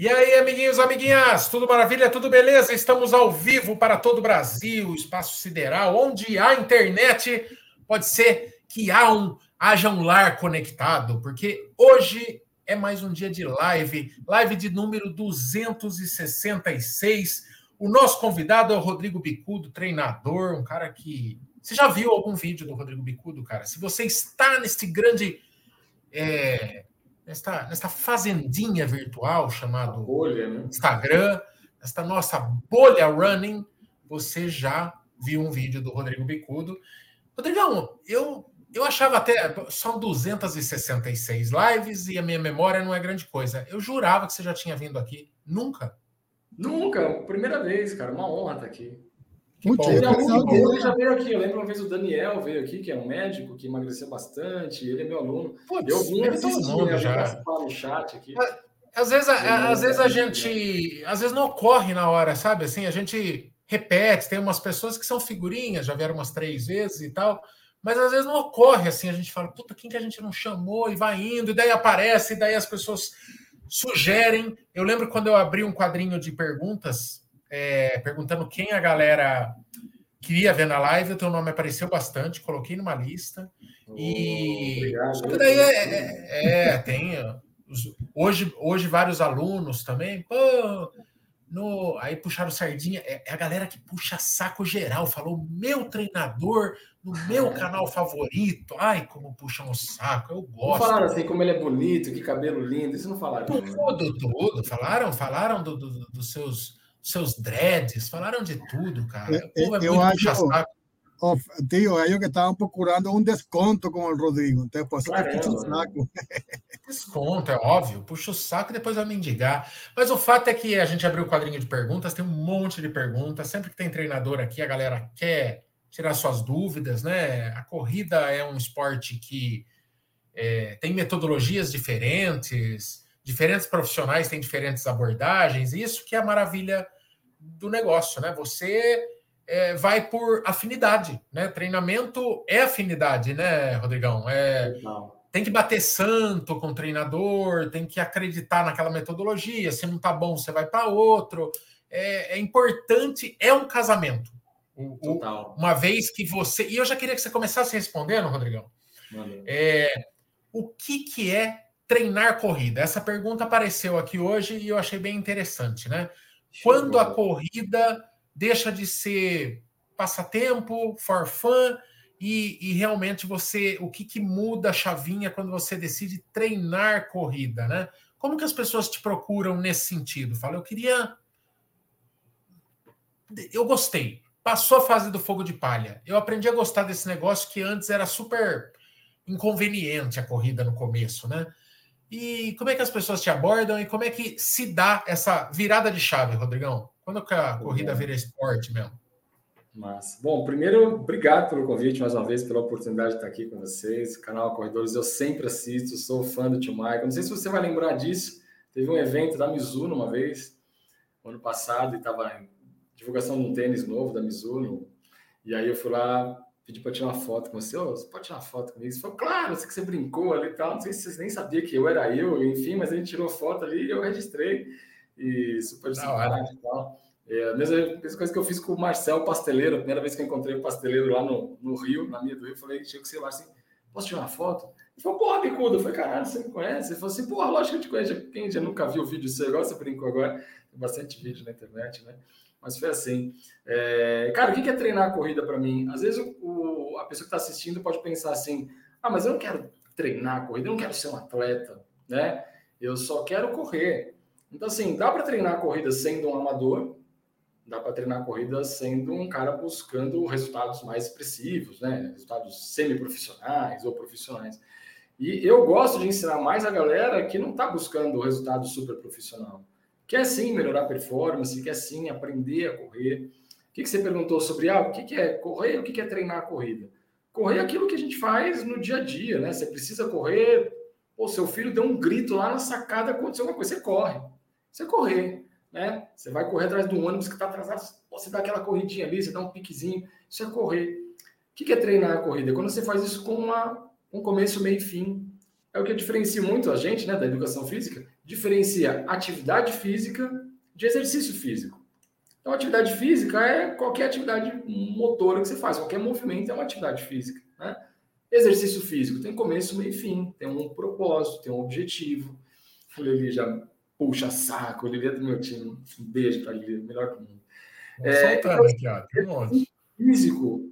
E aí, amiguinhos, amiguinhas, tudo maravilha, tudo beleza? Estamos ao vivo para todo o Brasil, espaço sideral, onde há internet, pode ser que haja um lar conectado, porque hoje é mais um dia de live de número 266. O nosso convidado é o Rodrigo Bicudo, treinador, um cara que... Você já viu algum vídeo do Rodrigo Bicudo, cara? Se você está nesse grande... Nesta fazendinha virtual chamado bolha, né? Instagram, esta nossa bolha running, você já viu um vídeo do Rodrigo Bicudo. Rodrigão, eu achava até... São 266 lives e a minha memória não é grande coisa. Eu jurava que você já tinha vindo aqui. Nunca? Nunca. Primeira vez, cara. Uma honra estar aqui. Ele já veio aqui. Eu lembro uma vez o Daniel veio aqui, que é um médico que emagreceu bastante. Ele é meu aluno. Putz, eu vim assistir, né? Já Participar no chat aqui. Às vezes a gente... Às vezes não ocorre na hora, sabe? Assim, a gente repete. Tem umas pessoas que são figurinhas, já vieram umas 3 vezes e tal. Mas às vezes não ocorre assim. A gente fala, puta, quem que a gente não chamou? E vai indo, e daí aparece, e daí as pessoas sugerem. Eu lembro quando eu abri um quadrinho de perguntas, perguntando quem a galera queria ver na live, o teu nome apareceu bastante, coloquei numa lista. Obrigado. Só que daí tem... Hoje vários alunos também, pô, aí puxaram sardinha, a galera que puxa saco geral, falou meu treinador no meu canal favorito, ai, como puxam o saco, eu gosto. Não falaram assim, como ele é bonito, que cabelo lindo, isso não falaram. Tudo, falaram dos seus dreads, falaram de tudo, cara. O povo muito puxa saco. Tío, ellos que estaban procurando un desconto con el Rodrigo. Entonces, pues, puxa o saco. Desconto, é óbvio. Puxa o saco e depois vai mendigar. Mas o fato é que a gente abriu o quadrinho de perguntas, tem um monte de perguntas. Sempre que tem treinador aqui, a galera quer tirar suas dúvidas, né? A corrida é um esporte que tem metodologias diferentes profissionais têm diferentes abordagens, e isso que é a maravilha do negócio, né? Você... vai por afinidade, né? Treinamento é afinidade, né, Rodrigão? Tem que bater santo com o treinador, tem que acreditar naquela metodologia. Se não tá bom, você vai para outro. É importante, é um casamento. Uma vez que você... E eu já queria que você começasse respondendo, Rodrigão. O que é treinar corrida? Essa pergunta apareceu aqui hoje e eu achei bem interessante, né? Quando a corrida deixa de ser passatempo, for fun, e realmente o que muda a chavinha quando você decide treinar corrida, né? Como que as pessoas te procuram nesse sentido? Fala, eu gostei. Passou a fase do fogo de palha. Eu aprendi a gostar desse negócio que antes era super inconveniente a corrida no começo, né? E como é que as pessoas te abordam e como é que se dá essa virada de chave, Rodrigão? Quando que a corrida vira esporte mesmo? Massa. Bom, primeiro, obrigado pelo convite, mais uma vez, pela oportunidade de estar aqui com vocês. O canal Corredores eu sempre assisto, sou fã do tio Michael. Não sei se você vai lembrar disso, teve um evento da Mizuno uma vez, ano passado, e estava em divulgação de um tênis novo da Mizuno, e aí eu fui lá, pedi para tirar uma foto com você. Você pode tirar uma foto comigo? Você falou, claro, eu sei que você brincou ali e tal, não sei se você nem sabia que eu era eu, enfim, mas a gente tirou foto ali e eu registrei. E super simpático e tal. A mesma coisa que eu fiz com o Marcel Pasteleiro, a primeira vez que eu encontrei o Pasteleiro lá no Rio, na minha do Rio, eu falei, chego com o celular assim, posso tirar uma foto? Ele falou, porra, Bicudo. Eu falei, caralho, você me conhece? Ele falou assim, porra, lógico que eu te conheço, quem já nunca viu o vídeo seu, igual você brincou agora, tem bastante vídeo na internet, né? Mas foi assim. Cara, o que é treinar a corrida para mim? Às vezes a pessoa que está assistindo pode pensar assim, mas eu não quero treinar a corrida, eu não quero ser um atleta, né? Eu só quero correr. Então, assim, dá para treinar a corrida sendo um amador, dá para treinar a corrida sendo um cara buscando resultados mais expressivos, né? Resultados semi-profissionais ou profissionais. E eu gosto de ensinar mais a galera que não está buscando o resultado super profissional. Quer sim melhorar a performance, quer sim aprender a correr. O que você perguntou sobre o que é correr e o que é treinar a corrida? Correr é aquilo que a gente faz no dia a dia, né? Você precisa correr, seu filho deu um grito lá na sacada, aconteceu uma coisa, você corre. Você correr, né? Você vai correr atrás de um ônibus que está atrasado, você dá aquela corridinha ali, você dá um piquezinho, isso é correr. O que é treinar a corrida? Quando você faz isso com um começo, meio e fim. é o que diferencia muito a gente, né, da educação física, diferencia atividade física de exercício físico. Então, atividade física é qualquer atividade motora que você faz, qualquer movimento é uma atividade física, né? Exercício físico tem começo, meio e fim, tem um propósito, tem um objetivo. O Lili já puxa saco, o Lili é do meu time. Um beijo para ele, melhor do mundo. Soltando aqui, ó, tem um monte. Físico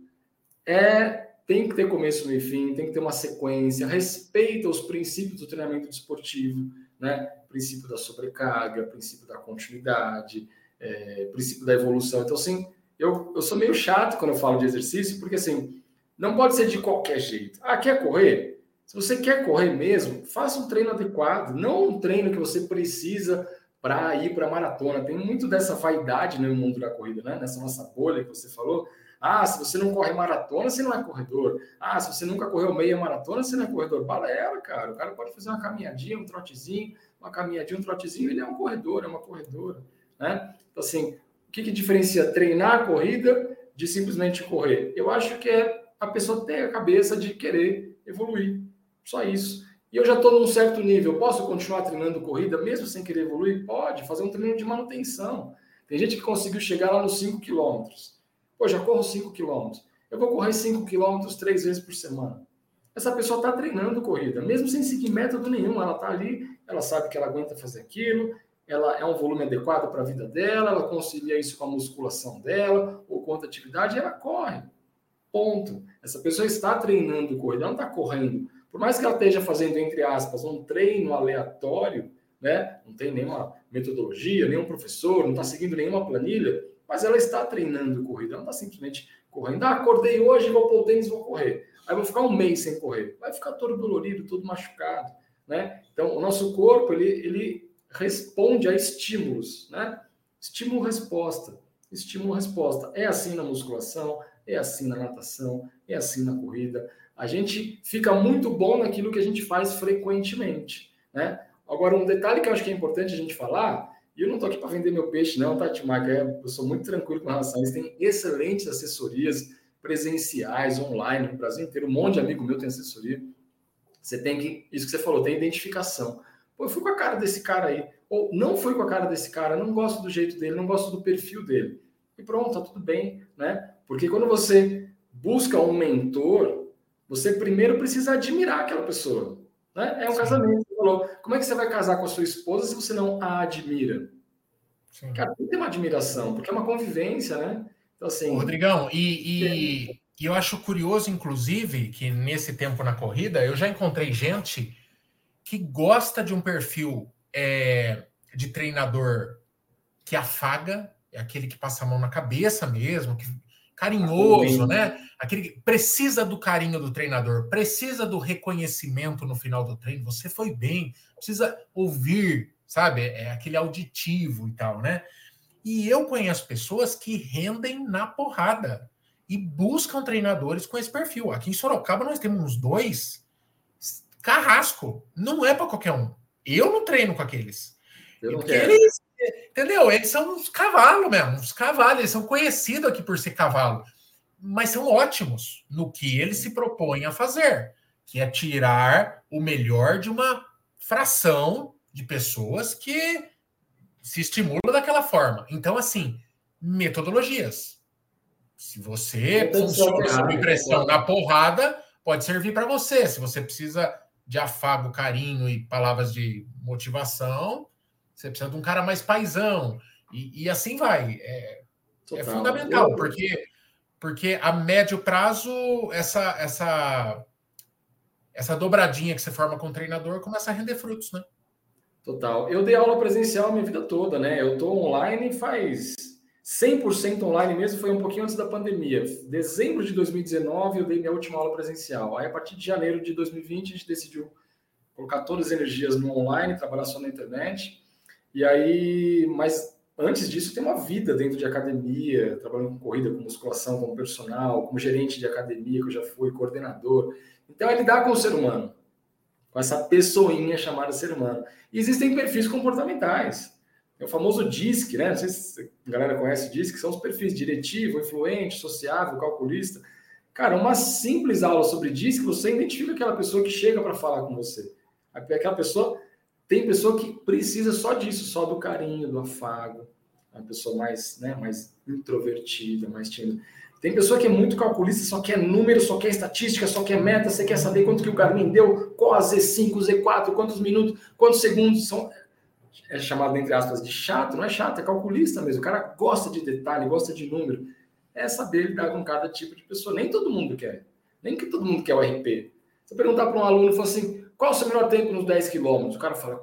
tem que ter começo, meio e fim, tem que ter uma sequência, respeita os princípios do treinamento desportivo, né? Princípio da sobrecarga, princípio da continuidade, princípio da evolução. Então, assim, eu sou meio chato quando eu falo de exercício, porque, assim, não pode ser de qualquer jeito. Quer correr? Se você quer correr mesmo, faça um treino adequado, não um treino que você precisa para ir para a maratona. Tem muito dessa vaidade no mundo da corrida, né? Nessa nossa bolha que você falou. Se você não corre maratona, você não é corredor. Se você nunca correu meia maratona, você não é corredor. Balela, cara. O cara pode fazer uma caminhadinha, um trotezinho, ele é um corredor, é uma corredora, né? Então, assim, o que diferencia treinar a corrida de simplesmente correr? Eu acho que é a pessoa ter a cabeça de querer evoluir. Só isso. E eu já estou num certo nível. Posso continuar treinando corrida mesmo sem querer evoluir? Pode. Fazer um treino de manutenção. Tem gente que conseguiu chegar lá nos 5 quilômetros. Pô, já corro 5 quilômetros. Eu vou correr 5 quilômetros 3 vezes por semana. Essa pessoa está treinando corrida. Mesmo sem seguir método nenhum. Ela está ali, ela sabe que ela aguenta fazer aquilo, ela é um volume adequado para a vida dela, ela concilia isso com a musculação dela ou com outra atividade e ela corre. Ponto. Essa pessoa está treinando corrida, ela não está correndo. Por mais que ela esteja fazendo, entre aspas, um treino aleatório, né? Não tem nenhuma metodologia, nenhum professor, não está seguindo nenhuma planilha, mas ela está treinando corrida, ela não está simplesmente correndo. Acordei hoje, vou pôr o tênis, vou correr. Aí vou ficar um mês sem correr. Vai ficar todo dolorido, todo machucado, né? Então, o nosso corpo, ele responde a estímulos, né? Estímulo-resposta. Estímulo-resposta. É assim na musculação, é assim na natação, é assim na corrida. A gente fica muito bom naquilo que a gente faz frequentemente, né? Agora, um detalhe que eu acho que é importante a gente falar, e eu não estou aqui para vender meu peixe não, tá, Timaca? Eu sou muito tranquilo com relação a isso. Tem excelentes assessorias presenciais, online, no Brasil inteiro. Um monte de amigo meu tem assessoria. Você tem que, isso que você falou, tem identificação. Pô, eu fui com a cara desse cara aí. Ou não fui com a cara desse cara, não gosto do jeito dele, não gosto do perfil dele. E pronto, tá tudo bem, né? Porque quando você busca um mentor, você primeiro precisa admirar aquela pessoa, né? É um casamento. Você falou, como é que você vai casar com a sua esposa se você não a admira? Sim. Cara, tem que ter uma admiração, porque é uma convivência, né? Então, assim... Rodrigão, e eu acho curioso, inclusive, que nesse tempo na corrida, eu já encontrei gente que gosta de um perfil de treinador que afaga, é aquele que passa a mão na cabeça mesmo, que carinhoso, né? Aquele que precisa do carinho do treinador, precisa do reconhecimento no final do treino. Você foi bem, precisa ouvir, sabe? É aquele auditivo e tal, né? E eu conheço pessoas que rendem na porrada e buscam treinadores com esse perfil. Aqui em Sorocaba nós temos uns 2 carrasco. Não é para qualquer um. Eu não treino com aqueles. Porque eles, entendeu? Eles são uns cavalos mesmo, uns cavalos. Eles são conhecidos aqui por ser cavalo. Mas são ótimos no que eles se propõem a fazer, que é tirar o melhor de uma fração de pessoas que se estimula daquela forma. Então, assim, metodologias. Se você funciona sob pressão na porrada, pode servir para você. Se você precisa de afago, carinho e palavras de motivação, você precisa de um cara mais paizão. E assim vai. É fundamental, porque a médio prazo, essa dobradinha que você forma com o treinador começa a render frutos, né? Total. Eu dei aula presencial a minha vida toda, né? Eu tô online faz 100% online mesmo, foi um pouquinho antes da pandemia. Dezembro de 2019 eu dei minha última aula presencial. Aí a partir de janeiro de 2020 a gente decidiu colocar todas as energias no online, trabalhar só na internet. E aí, mas antes disso tem uma vida dentro de academia, trabalhando com corrida, com musculação, como personal, como gerente de academia, que eu já fui, coordenador. Então é lidar com o ser humano, com essa pessoinha chamada ser humano. E existem perfis comportamentais. É o famoso DISC, né? Não sei se a galera conhece o DISC, que são os perfis diretivo, influente, sociável, calculista. Cara, uma simples aula sobre DISC, você identifica aquela pessoa que chega para falar com você. Aquela pessoa, tem pessoa que precisa só disso, só do carinho, do afago, uma pessoa mais, né, mais introvertida, mais tímida. Tem pessoa que é muito calculista, só quer número, só quer estatística, só quer meta, você quer saber quanto que o Garmin deu, qual a Z5, Z4, quantos minutos, quantos segundos são. É chamado, entre aspas, de chato, não é chato, é calculista mesmo. O cara gosta de detalhe, gosta de número. É saber lidar com cada tipo de pessoa. Nem todo mundo quer. Nem que todo mundo quer o RP. Você perguntar para um aluno e falar assim, qual o seu melhor tempo nos 10 quilômetros? O cara fala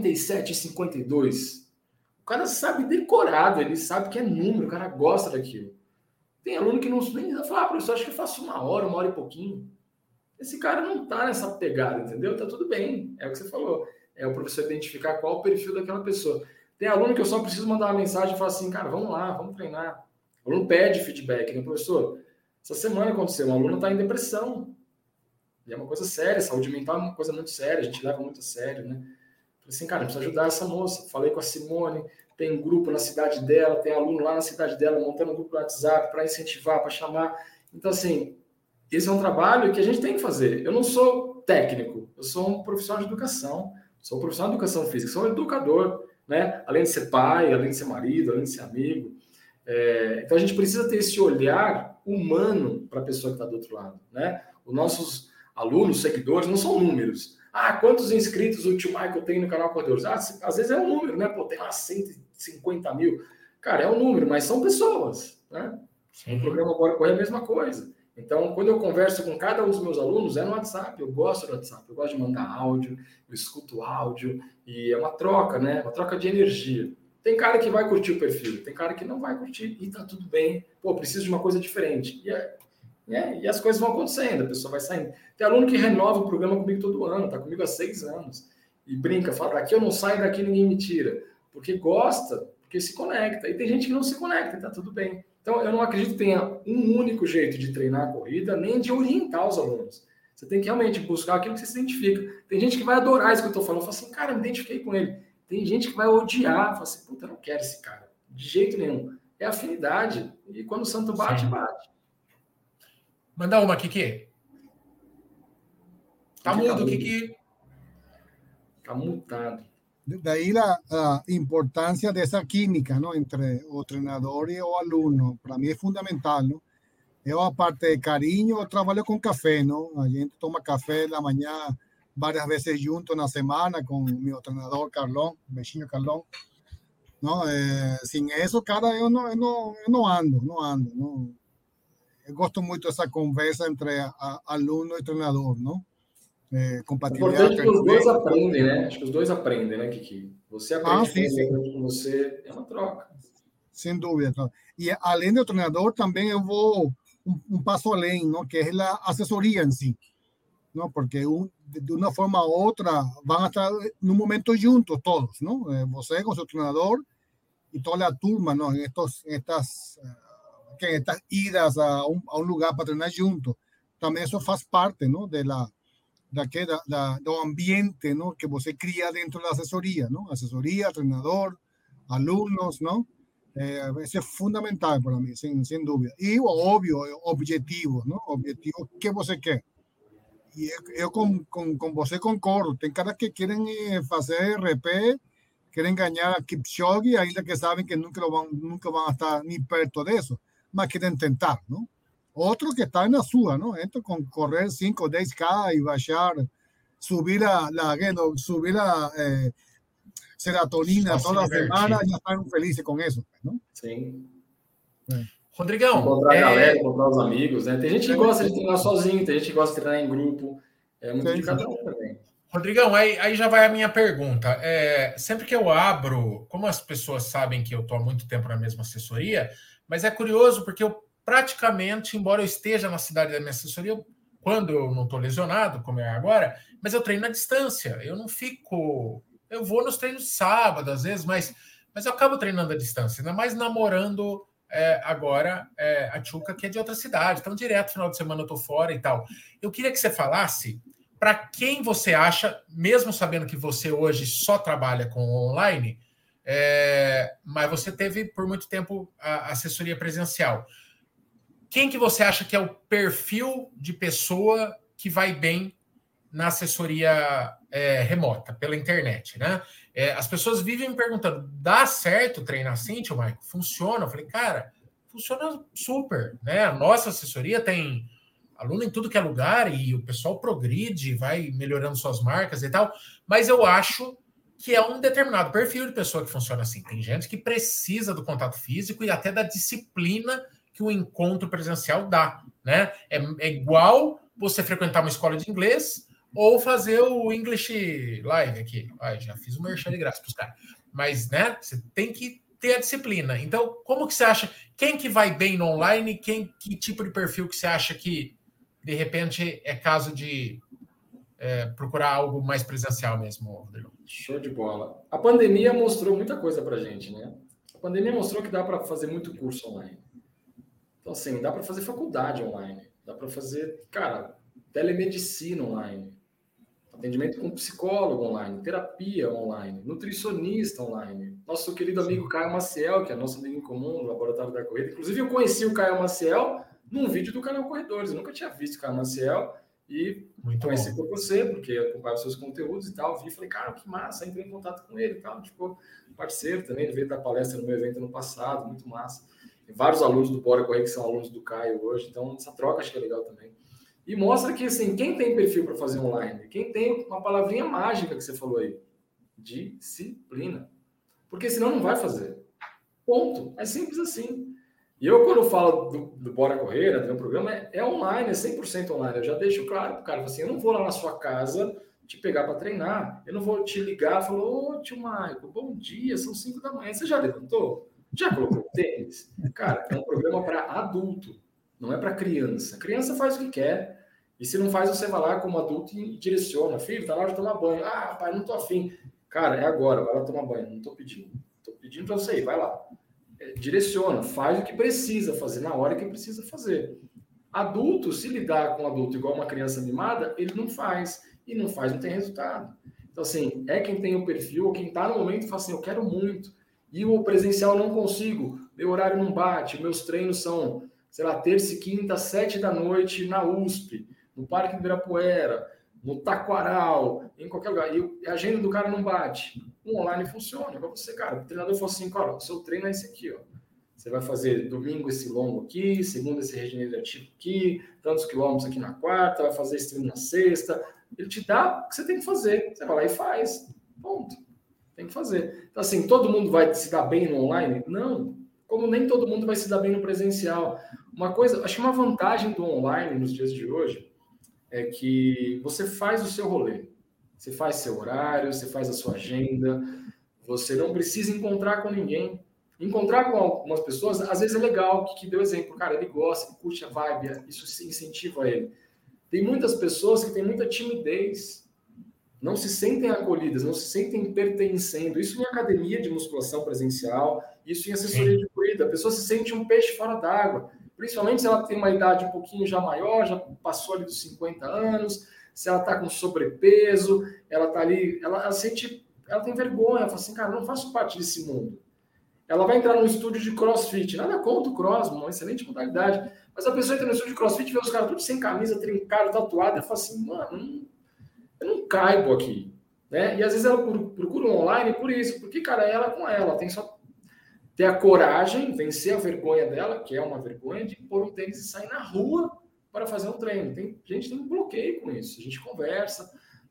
47,52. O cara sabe decorado, ele sabe que é número, o cara gosta daquilo. Tem aluno que não nem vai falar, professor, acho que eu faço 1 hora e pouquinho. Esse cara não tá nessa pegada, entendeu? Tá tudo bem, é o que você falou. É o professor identificar qual o perfil daquela pessoa. Tem aluno que eu só preciso mandar uma mensagem e falar assim, cara, vamos lá, vamos treinar. O aluno pede feedback, né, professor? Essa semana aconteceu, um aluno está em depressão. E é uma coisa séria, saúde mental é uma coisa muito séria, a gente leva muito a sério, né? Falei assim, cara, precisa ajudar essa moça. Falei com a Simone, tem grupo na cidade dela, tem aluno lá na cidade dela, montando um grupo no WhatsApp para incentivar, para chamar. Então, assim, esse é um trabalho que a gente tem que fazer. Eu não sou técnico, eu sou um profissional de educação, sou um profissional de educação física, sou um educador, né? Além de ser pai, além de ser marido, além de ser amigo. Então, a gente precisa ter esse olhar humano para a pessoa que está do outro lado, né? Os nossos alunos, seguidores, não são números. Ah, quantos inscritos o tio Michael tem no canal Corredores? Ah, às vezes é um número, né? Pô, tem lá 150 mil. Cara, é um número, mas são pessoas, né? No programa Bora Correr é a mesma coisa. Então, quando eu converso com cada um dos meus alunos, é no WhatsApp. Eu gosto do WhatsApp, eu gosto de mandar áudio, eu escuto áudio, e é uma troca, né? Uma troca de energia. Tem cara que vai curtir o perfil, tem cara que não vai curtir, e tá tudo bem. Pô, preciso de uma coisa diferente. E as coisas vão acontecendo, a pessoa vai saindo. Tem aluno que renova o programa comigo todo ano, tá comigo há 6 anos. E brinca, fala, daqui eu não saio, daqui ninguém me tira. Porque gosta, porque se conecta. E tem gente que não se conecta, e tá tudo bem. Então, eu não acredito que tenha um único jeito de treinar a corrida, nem de orientar os alunos. Você tem que realmente buscar aquilo que você se identifica. Tem gente que vai adorar isso que eu estou falando. Fala assim, cara, eu me identifiquei com ele. Tem gente que vai odiar. Fala assim, puta, eu não quero esse cara. De jeito nenhum. É afinidade. E quando o santo bate, Sim. bate. Manda uma, Kiki. Tá mudo, Kiki. Tá mutado. Daí a importância dessa química, ¿no? Entre o treinador e o aluno, para mim é fundamental, ¿no? Eu, a parte de carinho, eu trabalho com café, ¿no? A gente toma café na manhã várias vezes junto na semana com meu treinador Carlão, beijinho Carlão, ¿no? Sem isso, cara, eu não ando. Não. Eu gosto muito dessa conversa entre aluno e treinador, não? Compatibilidade. É importante que os dois aprendem, né? Acho que os dois aprendem, né, Kiki? Você aprende com você, é uma troca. Sem dúvida. E além do treinador, também eu vou um passo além, não? Que é a assessoria em si, não? Porque de uma forma ou outra vão estar no momento juntos todos, não? Você com seu treinador e toda a turma, não? Em estas idas a um lugar para treinar junto. Também isso faz parte, não? Do ambiente, ¿no? Que você cria dentro da assessoria, ¿no? Assessoria, treinador, alunos, ¿no? Isso é fundamental para mim, sem dúvida. E, óbvio, objetivo, ¿no? Objetivo que você quer. E eu com você concordo. Tem caras que querem fazer RP, querem ganhar a Kipchoge, ainda que sabem que nunca vão estar nem perto disso, mas querem tentar, ¿no? Otro que está en la suya, ¿no? Esto con correr 5 o 10K y bajar, subir la serotonina toda la semana, ya están felices con eso, ¿no? Sim. Rodrigão. Encontrar a galera, encontrar os amigos, né? Tem gente que gosta de treinar sozinho, tem gente que gosta de treinar em grupo. É muito de cada um também. Rodrigão, aí já vai a minha pergunta. Sempre que eu abro, como as pessoas sabem que eu estou há muito tempo na mesma assessoria, mas é curioso porque eu praticamente, embora eu esteja na cidade da minha assessoria, quando eu não estou lesionado, como é agora, mas eu treino à distância. Eu não fico... Eu vou nos treinos de sábado, às vezes, mas eu acabo treinando à distância, ainda mais namorando agora a Tchuca, que é de outra cidade. Então, direto, final de semana eu estou fora e tal. Eu queria que você falasse para quem você acha, mesmo sabendo que você hoje só trabalha com online, mas você teve por muito tempo a assessoria presencial. Quem que você acha que é o perfil de pessoa que vai bem na assessoria remota, pela internet, né? As pessoas vivem me perguntando, dá certo treinar assim, tio Michael? Funciona? Eu falei, cara, funciona super, né? A nossa assessoria tem aluno em tudo que é lugar e o pessoal progride, vai melhorando suas marcas e tal, mas eu acho que é um determinado perfil de pessoa que funciona assim. Tem gente que precisa do contato físico e até da disciplina que o encontro presencial dá, né? É igual você frequentar uma escola de inglês ou fazer o English Live aqui. Já fiz o merchan de graça para os caras. Mas, né, você tem que ter a disciplina. Então, como que você acha? Quem que vai bem no online? Que tipo de perfil que você acha que, de repente, é caso de procurar algo mais presencial mesmo, Rodrigo? Show de bola. A pandemia mostrou muita coisa para a gente, né? A pandemia mostrou que dá para fazer muito curso online. Então, assim, dá para fazer faculdade online. Dá para fazer, cara, telemedicina online. Atendimento com psicólogo online, terapia online, nutricionista online. Nosso querido amigo Caio Maciel, que é nosso amigo em comum no Laboratório da Corrida. Inclusive, eu conheci o Caio Maciel num vídeo do canal Corredores. Eu nunca tinha visto o Caio Maciel e conheci por você, porque eu acompanhava seus conteúdos e tal. Vi e falei, cara, que massa. Entrei em contato com ele e tal. Ficou parceiro também. Ele veio dar palestra no meu evento no passado, muito massa. Tem vários alunos do Bora Correr que são alunos do Caio hoje. Então, essa troca acho que é legal também. E mostra que, assim, quem tem perfil para fazer online, quem tem uma palavrinha mágica que você falou aí, disciplina. Porque senão não vai fazer. Ponto. É simples assim. E eu, quando eu falo do Bora Correr, do meu programa, é online, é 100% online. Eu já deixo claro pro cara, assim, eu não vou lá na sua casa te pegar para treinar, eu não vou te ligar e falar, ô, tio Michael, bom dia, são 5 da manhã, você já levantou? Já colocou tênis? Cara, é um programa para adulto. Não é para criança. A criança faz o que quer. E se não faz, você vai lá como adulto e direciona. Filho, tá na hora de tomar banho. Ah, pai, não tô afim. Cara, é agora, vai lá tomar banho. Não tô pedindo. Tô pedindo para você ir, vai lá. Direciona, faz o que precisa fazer, na hora que precisa fazer. Adulto, se lidar com adulto igual uma criança mimada, ele não faz. E não faz, não tem resultado. Então, assim, é quem tem o perfil, ou quem tá no momento e fala assim, eu quero muito. E o presencial não consigo. Meu horário não bate. Meus treinos são... sei lá, terça e quinta, 7 da noite, na USP, no Parque Ibirapuera, no Taquaral, em qualquer lugar. E a agenda do cara não bate. O online funciona. Para você, cara, o treinador falou assim, cara, o seu treino é esse aqui, ó. Você vai fazer domingo esse longo aqui, segunda esse regenerativo aqui, tantos quilômetros aqui na quarta, vai fazer esse treino na sexta. Ele te dá o que você tem que fazer. Você vai lá e faz. Ponto. Tem que fazer. Então, assim, todo mundo vai se dar bem no online? Não. Como nem todo mundo vai se dar bem no presencial. Uma coisa, acho que uma vantagem do online nos dias de hoje é que você faz o seu rolê. Você faz seu horário, você faz a sua agenda, você não precisa encontrar com ninguém. Encontrar com algumas pessoas, às vezes é legal, que deu exemplo, cara, ele gosta, ele curte a vibe, isso incentiva ele. Tem muitas pessoas que têm muita timidez, não se sentem acolhidas, não se sentem pertencendo. Isso em academia de musculação presencial, isso em assessoria de corrida. A pessoa se sente um peixe fora d'água, principalmente se ela tem uma idade um pouquinho já maior, já passou ali dos 50 anos, se ela está com sobrepeso, ela está ali, ela sente, ela tem vergonha, ela fala assim, cara, eu não faço parte desse mundo. Ela vai entrar num estúdio de crossfit, nada contra o cross, uma excelente modalidade, mas a pessoa entra no estúdio de crossfit e vê os caras todos sem camisa, trincado, tatuado, e fala assim, mano, eu não caibo aqui, né? E às vezes ela procura um online por isso, porque, cara, ela com ela, tem só ter a coragem, vencer a vergonha dela, que é uma vergonha, de pôr um tênis e sair na rua para fazer um treino. Tem gente que tem um bloqueio com isso, a gente conversa,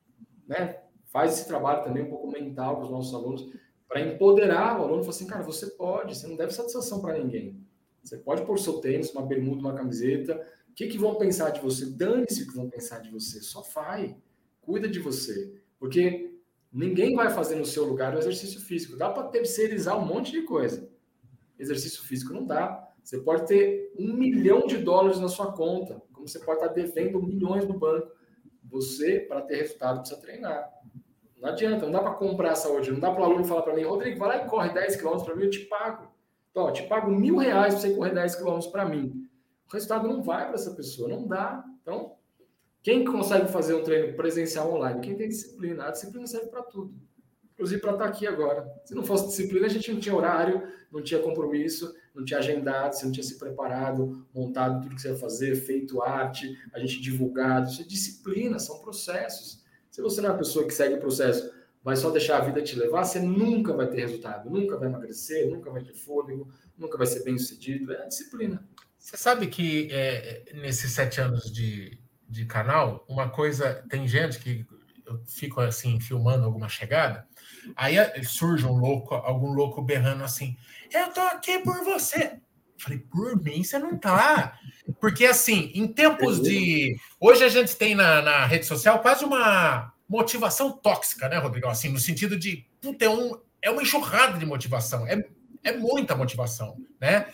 né? Faz esse trabalho também um pouco mental com os nossos alunos, para empoderar o aluno, falar assim, cara, você pode, você não deve satisfação para ninguém. Você pode pôr seu tênis, uma bermuda, uma camiseta, o que vão pensar de você? Dane-se o que vão pensar de você, só vai. Cuida de você, porque ninguém vai fazer no seu lugar o exercício físico. Dá para terceirizar um monte de coisa. Exercício físico não dá. Você pode ter $1 milhão na sua conta, como você pode estar devendo milhões no banco. Você, para ter resultado, precisa treinar. Não adianta, não dá para comprar a saúde. Não dá para o aluno falar para mim, Rodrigo, vai lá e corre 10 km para mim, eu te pago. Então, eu te pago R$1.000 para você correr 10 km para mim. O resultado não vai para essa pessoa, não dá. Então, quem consegue fazer um treino presencial online? Quem tem disciplina. A disciplina serve para tudo. Inclusive para estar aqui agora. Se não fosse disciplina, a gente não tinha horário, não tinha compromisso, não tinha agendado, você não tinha se preparado, montado tudo que você ia fazer, feito arte, a gente divulgado. Isso é disciplina, são processos. Se você não é uma pessoa que segue o processo, vai só deixar a vida te levar, você nunca vai ter resultado, nunca vai emagrecer, nunca vai ter fôlego, nunca vai ser bem sucedido. É a disciplina. Você sabe que nesses 7 anos de canal, uma coisa, tem gente que eu fico assim, filmando alguma chegada, aí surge algum louco berrando assim, eu tô aqui por você. Eu falei, por mim você não tá. Porque assim, em tempos de... Hoje a gente tem na rede social quase uma motivação tóxica, né, Rodrigo? Assim, no sentido de, puta, é uma enxurrada de motivação, é muita motivação, né?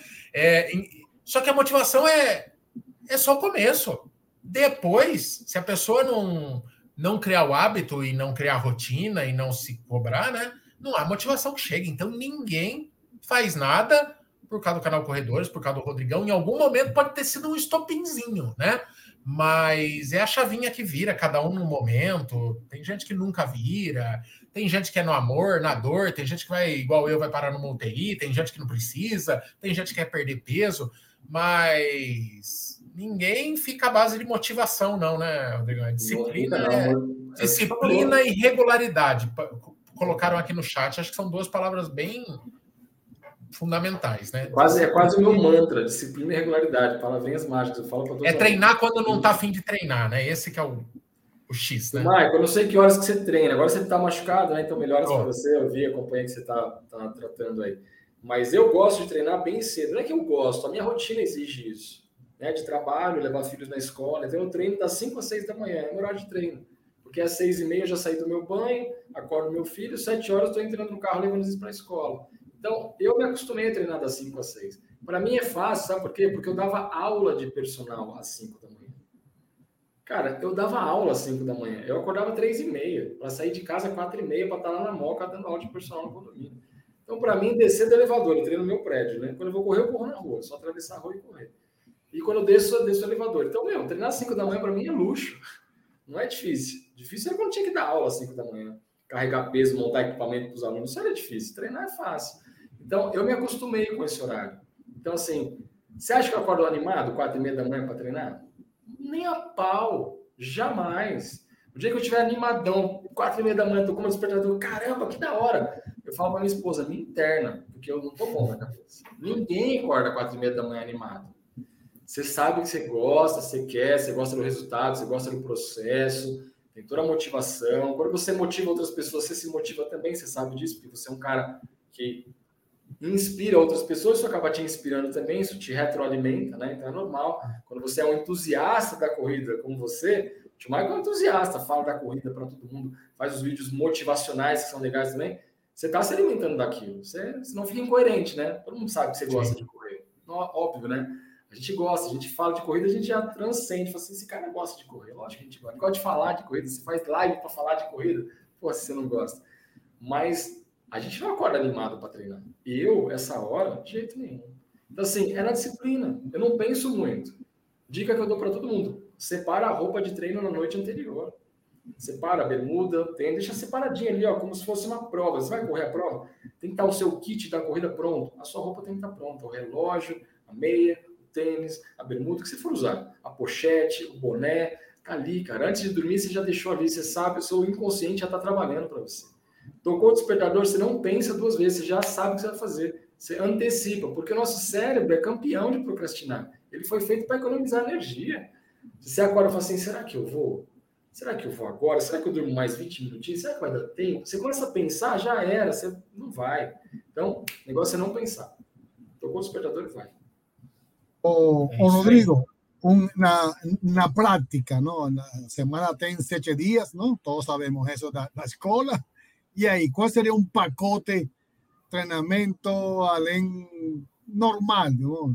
Só que a motivação é só o começo. Depois, se a pessoa não criar o hábito e não criar a rotina e não se cobrar, né? Não há motivação que chegue. Então, ninguém faz nada por causa do canal Corredores, por causa do Rodrigão. Em algum momento pode ter sido um estopinzinho, né? Mas é a chavinha que vira, cada um no momento. Tem gente que nunca vira, tem gente que é no amor, na dor, tem gente que vai, igual eu, vai parar numa UTI, tem gente que não precisa, tem gente que quer perder peso, mas ninguém fica à base de motivação, não, né, Rodrigo? Disciplina e regularidade. Colocaram aqui no chat, acho que são 2 palavras bem fundamentais, né? É quase o meu mantra, disciplina e regularidade, palavrinhas mágicas. Eu falo para todos. Treinar quando não está a fim de treinar, né? Esse que é o X, né? Michael, eu não sei que horas que você treina. Agora você está machucado, né? Então melhoras para você. Eu acompanhei que você está tratando aí. Mas eu gosto de treinar bem cedo. Não é que eu gosto, a minha rotina exige isso. Né? De trabalho, levar filhos na escola. Então eu treino das 5 às 6 da manhã, é o meu horário de treino. Porque às 6h30 eu já saí do meu banho, acordo meu filho, 7 horas estou entrando no carro levando eles para a escola. Então, eu me acostumei a treinar das 5 às 6. Para mim é fácil, sabe por quê? Porque eu dava aula de personal às 5 da manhã. Cara, eu dava aula às 5 da manhã. Eu acordava 3h30 para sair de casa às 4h30 para estar lá na Moca dando aula de personal no condomínio. Então, para mim, descer do elevador, eu treino no meu prédio, né? Quando eu vou correr, eu corro na rua. Só atravessar a rua e correr. E quando eu desço o elevador. Então, treinar às 5 da manhã para mim é luxo. Não é difícil. Difícil é quando tinha que dar aula às 5 da manhã. Carregar peso, montar equipamento para os alunos. Isso era difícil. Treinar é fácil. Então, eu me acostumei com esse horário. Então, assim, você acha que eu acordo animado 4h30 da manhã para treinar? Nem a pau. Jamais. O dia que eu estiver animadão, 4h30 da manhã, tô com o despertador, caramba, que da hora. Eu falo para minha esposa, me interna, porque eu não tô bom na cabeça. Ninguém acorda 4h30 da manhã animado. Você sabe que você gosta, você quer, você gosta do resultado, você gosta do processo, tem toda a motivação. Quando você motiva outras pessoas, você se motiva também, você sabe disso, porque você é um cara que inspira outras pessoas, isso acaba te inspirando também, isso te retroalimenta, né? Então é normal. Quando você é um entusiasta da corrida como você, o Tio Michael é um entusiasta, fala da corrida para todo mundo, faz os vídeos motivacionais que são legais também, você está se alimentando daquilo. Você não fica incoerente, né? Todo mundo sabe que você gosta de correr. Óbvio, né? A gente gosta, a gente fala de corrida, a gente já transcende, fala assim, esse cara gosta de correr, lógico que a gente gosta de falar de corrida, você faz live para falar de corrida, pô, se você não gosta. Mas a gente não acorda animado para treinar. Eu, essa hora, de jeito nenhum. Então, assim, é na disciplina. Eu não penso muito. Dica que eu dou para todo mundo. Separa a roupa de treino na noite anterior. Separa a bermuda, deixa separadinha ali, ó, como se fosse uma prova. Você vai correr a prova? Tem que estar o seu kit da corrida pronto. A sua roupa tem que estar pronta. O relógio, a meia, o tênis, a bermuda que você for usar. A pochete, o boné, tá ali, cara. Antes de dormir, você já deixou ali. Você sabe, o seu inconsciente já está trabalhando para você. Tocou o despertador, você não pensa 2 vezes, você já sabe o que você vai fazer. Você antecipa, porque o nosso cérebro é campeão de procrastinar. Ele foi feito para economizar energia. Se você acorda e fala assim, será que eu vou? Será que eu vou agora? Será que eu durmo mais 20 minutinhos? Será que vai dar tempo? Você começa a pensar, já era, você não vai. Então, o negócio é não pensar. Tocou o despertador e vai. Rodrigo, na prática, ¿no? La semana tem 7 días, ¿no? Todos sabemos eso da escola. E aí, qual seria um pacote treinamento além normal, ¿no?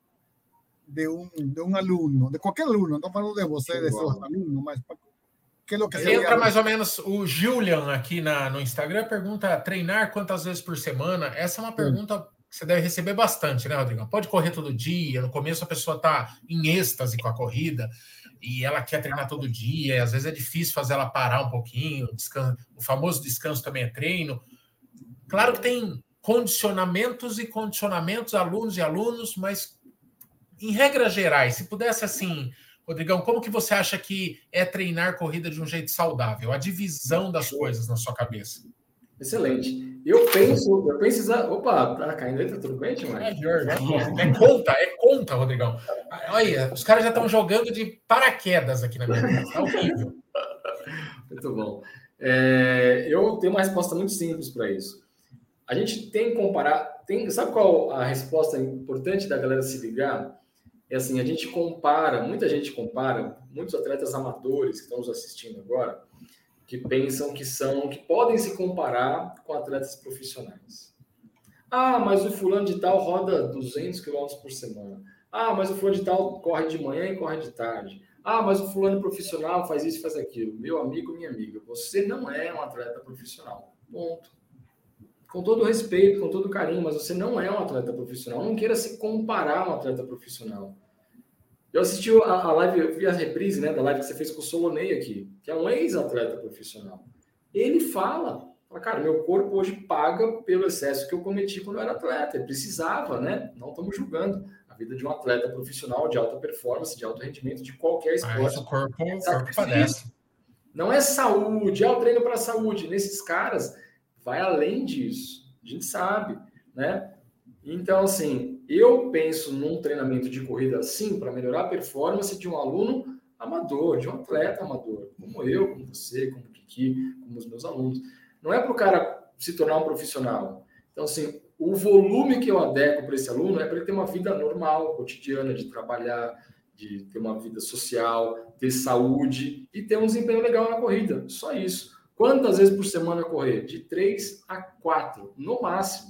de un aluno, de qualquer aluno, não estou falando de você, de seus alunos, mas que é o que seria... Entra mais ou menos, o Julian aqui no Instagram pergunta, treinar quantas vezes por semana? Essa é uma pergunta que você deve receber bastante, né, Rodrigo? Pode correr todo dia, no começo a pessoa está em êxtase com a corrida, e ela quer treinar todo dia, e às vezes é difícil fazer ela parar um pouquinho, o famoso descanso também é treino. Claro que tem condicionamentos e condicionamentos, alunos e alunos, mas em regras gerais, se pudesse, assim, Rodrigão, como que você acha que é treinar corrida de um jeito saudável? A divisão das coisas na sua cabeça. Excelente. Eu penso... Opa, tá caindo aí, tá tudo bem, Timar? É conta, Rodrigão. Olha, os caras já estão jogando de paraquedas aqui na minha casa. Tá horrível. Muito bom. Eu tenho uma resposta muito simples para isso. A gente tem que comparar... sabe qual a resposta importante da galera se ligar? É assim, a gente compara, muita gente compara, muitos atletas amadores que estão nos assistindo agora, que pensam que podem se comparar com atletas profissionais. Ah, mas o fulano de tal roda 200 km por semana. Ah, mas o fulano de tal corre de manhã e corre de tarde. Ah, mas o fulano profissional faz isso e faz aquilo. Meu amigo, minha amiga, você não é um atleta profissional. Ponto. Com todo respeito, com todo carinho, mas você não é um atleta profissional. Não queira se comparar a um atleta profissional. Eu assisti a live, eu vi a reprise, né, da live que você fez com o Solonei aqui, que é um ex-atleta profissional. Ele fala, cara, meu corpo hoje paga pelo excesso que eu cometi quando eu era atleta. Ele precisava, né? Não estamos julgando a vida de um atleta profissional de alta performance, de alto rendimento, de qualquer esporte. O corpo padece. Não é saúde, é o treino para a saúde. Nesses caras, vai além disso. A gente sabe, né? Então, assim, eu penso num treinamento de corrida assim para melhorar a performance de um aluno amador, de um atleta amador, como eu, como você, como o Kiki, como os meus alunos. Não é para o cara se tornar um profissional. Então, assim, o volume que eu adequo para esse aluno é para ele ter uma vida normal, cotidiana, de trabalhar, de ter uma vida social, ter saúde e ter um desempenho legal na corrida. Só isso. Quantas vezes por semana correr? De 3 a 4, no máximo.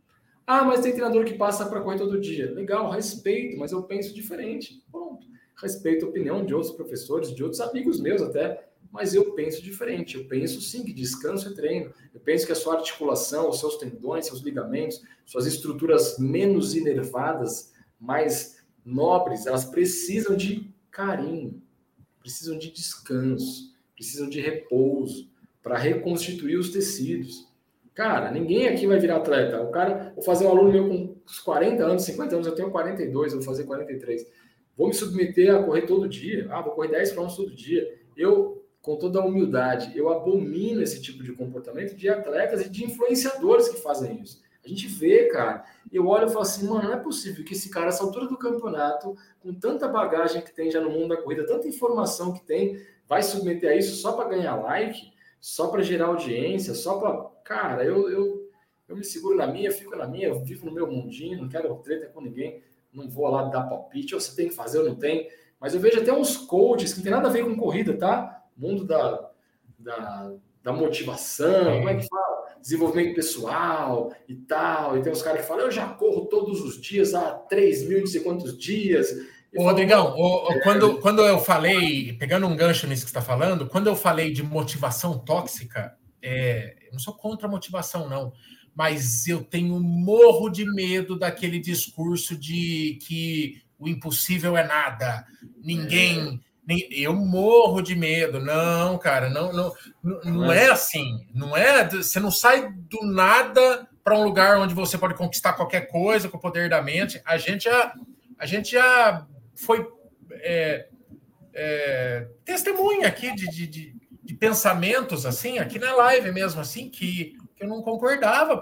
Ah, mas tem treinador que passa para correr todo dia. Legal, respeito, mas eu penso diferente. Pronto. Respeito a opinião de outros professores, de outros amigos meus até, mas eu penso diferente. Eu penso sim que descanso é treino. Eu penso que a sua articulação, os seus tendões, seus ligamentos, suas estruturas menos inervadas, mais nobres, elas precisam de carinho, precisam de descanso, precisam de repouso para reconstituir os tecidos. Cara, ninguém aqui vai virar atleta. O cara, vou fazer um aluno meu com uns 40 anos, 50 anos, eu tenho 42, vou fazer 43. Vou me submeter a correr todo dia. Ah, vou correr 10 km todo dia. Eu, com toda a humildade, eu abomino esse tipo de comportamento de atletas e de influenciadores que fazem isso. A gente vê, cara, eu olho e falo assim, mano, não é possível que esse cara, essa altura do campeonato, com tanta bagagem que tem já no mundo da corrida, tanta informação que tem, vai submeter a isso só para ganhar like, só para gerar audiência, só para... Cara, eu me seguro na minha, fico na minha, eu vivo no meu mundinho, não quero treta com ninguém, não vou lá dar palpite, ou você tem que fazer ou não tem. Mas eu vejo até uns coaches que não tem nada a ver com corrida, tá? Mundo da motivação, como é que fala? Desenvolvimento pessoal e tal. E tem uns caras que falam, eu já corro todos os dias há 3.000 não sei quantos dias. Ô, Rodrigão, quando eu falei, pegando um gancho nisso que você está falando, quando eu falei de motivação tóxica, eu não sou contra a motivação, não, mas eu tenho morro de medo daquele discurso de que o impossível é nada, eu morro de medo. Não, cara, não é assim, não é, você não sai do nada para um lugar onde você pode conquistar qualquer coisa com o poder da mente. A gente já foi testemunha aqui de pensamentos assim, aqui na live mesmo, assim, que eu não concordava.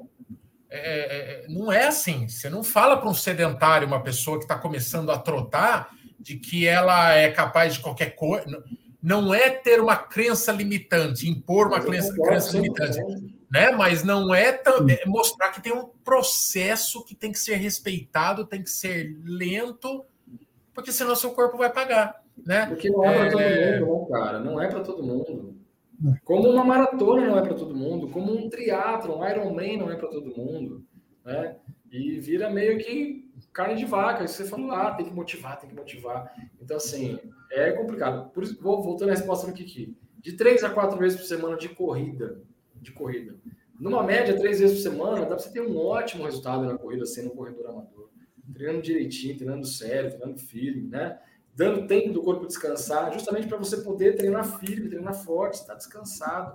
Não é assim. Você não fala para um sedentário, uma pessoa que está começando a trotar, de que ela é capaz de qualquer coisa. Não é ter uma crença limitante, impor uma crença limitante, né? Mas não é mostrar que tem um processo que tem que ser respeitado, tem que ser lento, porque senão seu corpo vai pagar, né? Porque não é para todo mundo, cara. Não é para todo mundo. Como uma maratona não é para todo mundo, como um triatlon, um Ironman não é para todo mundo, né? E vira meio que carne de vaca. Isso você falou lá, tem que motivar. Então, assim, é complicado. Por isso, voltando à resposta do Kiki. De 3 a 4 vezes por semana de corrida. Numa média, 3 vezes por semana, dá para você ter um ótimo resultado na corrida sendo um corredor amador. Treinando direitinho, treinando sério, treinando firme, né? Dando tempo do corpo descansar, justamente para você poder treinar firme, treinar forte, estar descansado.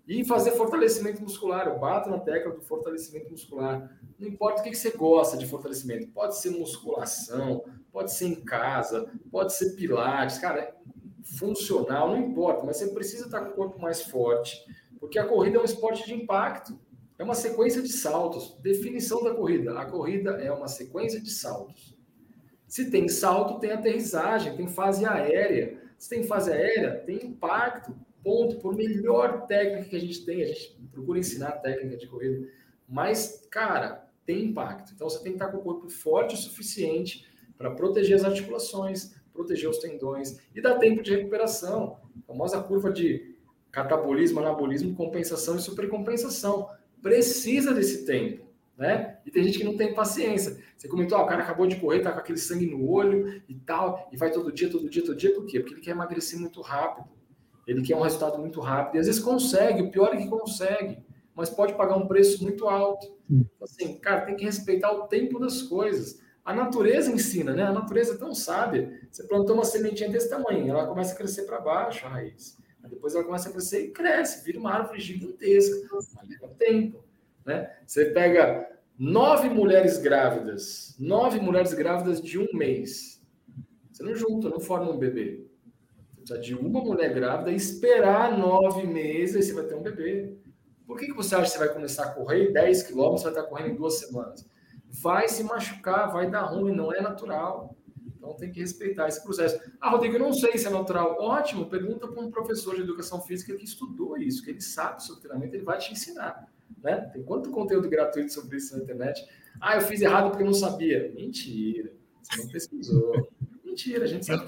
E fazer fortalecimento muscular. Eu bato na tecla do fortalecimento muscular. Não importa o que você gosta de fortalecimento. Pode ser musculação, pode ser em casa, pode ser pilates. Cara, funcional, não importa. Mas você precisa estar com o corpo mais forte. Porque a corrida é um esporte de impacto. É uma sequência de saltos. Definição da corrida. A corrida é uma sequência de saltos. Se tem salto, tem aterrissagem, tem fase aérea. Se tem fase aérea, tem impacto. Ponto. Por melhor técnica que a gente tem, a gente procura ensinar técnica de corrida. Mas, cara, tem impacto. Então, você tem que estar com o corpo forte o suficiente para proteger as articulações, proteger os tendões e dar tempo de recuperação. A famosa curva de catabolismo, anabolismo, compensação e supercompensação. Precisa desse tempo, né? E tem gente que não tem paciência. Você comentou, o cara acabou de correr, tá com aquele sangue no olho e tal, e vai todo dia. Por quê? Porque ele quer emagrecer muito rápido. Ele quer um resultado muito rápido. E às vezes consegue, o pior é que consegue, mas pode pagar um preço muito alto. Assim, cara, tem que respeitar o tempo das coisas. A natureza ensina, né? A natureza é tão sábia. Você plantou uma sementinha desse tamanho, ela começa a crescer para baixo, a raiz. Depois ela começa a crescer e cresce, vira uma árvore gigantesca. Mas leva tempo, né? Você pega 9 mulheres grávidas de 1 mês. Você não junta, não forma um bebê. Você precisa de uma mulher grávida e esperar 9 meses, aí você vai ter um bebê. Por que você acha que você vai começar a correr 10 quilômetros, vai estar correndo em 2 semanas? Vai se machucar, vai dar ruim, não é natural. Então tem que respeitar esse processo. Rodrigo, eu não sei se é natural. Ótimo, pergunta para um professor de educação física que estudou isso, que ele sabe sobre treinamento, ele vai te ensinar. Né? Tem quanto conteúdo gratuito sobre isso na internet? Eu fiz errado porque eu não sabia. Mentira, você não pesquisou. Mentira, a gente sabe.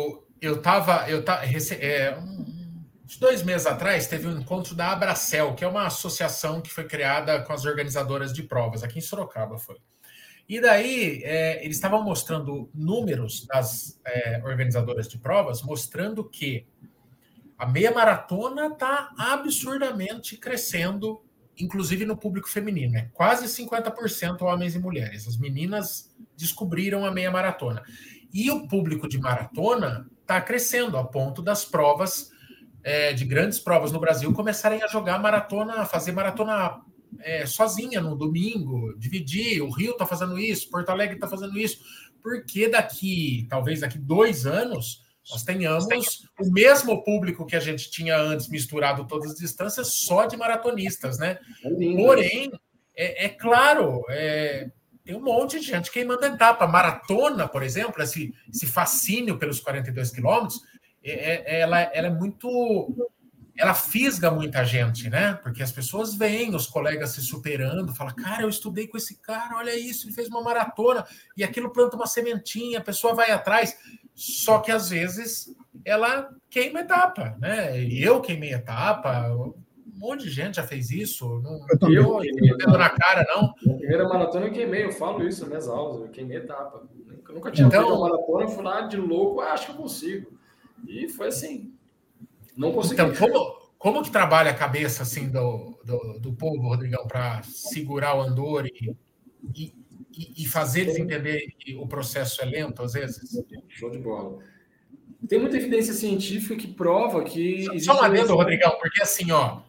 Uns 2 meses atrás, teve um encontro da Abracel, que é uma associação que foi criada com as organizadoras de provas, aqui em Sorocaba foi. E daí, eles estavam mostrando números das organizadoras de provas, mostrando que a meia maratona está absurdamente crescendo, inclusive no público feminino. Quase 50% homens e mulheres. As meninas descobriram a meia maratona. E o público de maratona está crescendo, a ponto das provas, de grandes provas no Brasil, começarem a jogar maratona, a fazer maratona sozinha no domingo, dividir. O Rio está fazendo isso, Porto Alegre está fazendo isso, porque talvez daqui 2 anos, nós tenhamos o mesmo público que a gente tinha antes, misturado todas as distâncias, só de maratonistas, né? Porém, claro, tem um monte de gente queimando etapa. Maratona, por exemplo, esse fascínio pelos 42 quilômetros, ela é muito... Ela fisga muita gente, né? Porque as pessoas veem os colegas se superando, falam, cara, eu estudei com esse cara, olha isso, ele fez uma maratona, e aquilo planta uma sementinha, a pessoa vai atrás. Só que, às vezes, ela queima etapa, né? E eu queimei etapa, um monte de gente já fez isso. Não dedo na cara, não. Na primeira maratona eu queimei, eu falo isso nas minhas aulas, eu queimei etapa. Eu nunca tinha feito uma maratona, eu fui lá de louco, acho que eu consigo. E foi assim. Não consegui. Então, como que trabalha a cabeça assim, do povo, Rodrigão, para segurar o andor e fazer eles entender que o processo é lento, às vezes? Show de bola. Tem muita evidência científica que prova que... Só um adendo, Rodrigão, porque assim,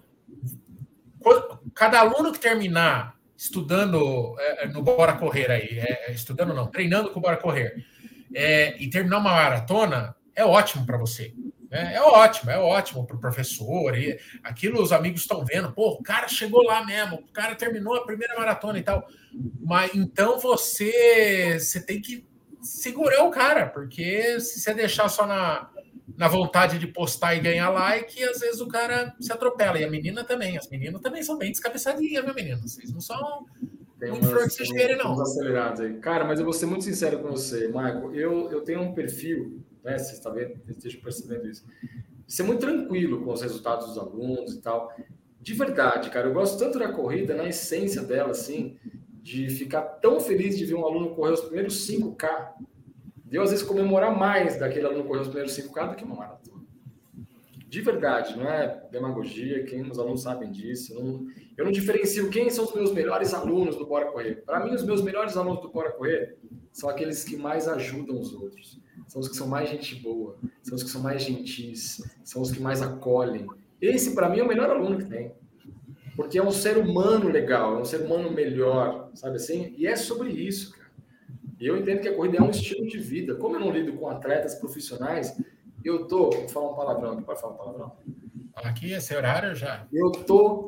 cada aluno que terminar estudando no Bora Correr aí, treinando com o Bora Correr, e terminar uma maratona, é ótimo para você. É ótimo para o professor. E aquilo os amigos estão vendo. Pô, o cara chegou lá mesmo, o cara terminou a primeira maratona e tal. Mas então você tem que segurar o cara, porque se você deixar só na vontade de postar e ganhar like, às vezes o cara se atropela. E a menina também. As meninas também são bem descabeçadinhas, meu menino? Vocês não são muito flor que vocês querem, não. Acelerados aí. Cara, mas eu vou ser muito sincero com você, Michael. Eu tenho um perfil... Né, vocês talvez estejam percebendo isso. Ser muito tranquilo com os resultados dos alunos e tal. De verdade, cara, eu gosto tanto da corrida, na essência dela, assim, de ficar tão feliz de ver um aluno correr os primeiros 5K. De eu, às vezes, comemorar mais daquele aluno correr os primeiros 5K do que uma maratona. De verdade, não é demagogia, os alunos sabem disso. Eu não diferencio quem são os meus melhores alunos do Bora Correr. Para mim, os meus melhores alunos do Bora Correr são aqueles que mais ajudam os outros. São os que são mais gente boa, são os que são mais gentis, são os que mais acolhem. Esse, para mim, é o melhor aluno que tem. Porque é um ser humano legal, é um ser humano melhor, sabe assim? E é sobre isso, cara. E eu entendo que a corrida é um estilo de vida. Como eu não lido com atletas profissionais, vou falar um palavrão aqui, pode falar um palavrão? Aqui, esse horário já. Eu tô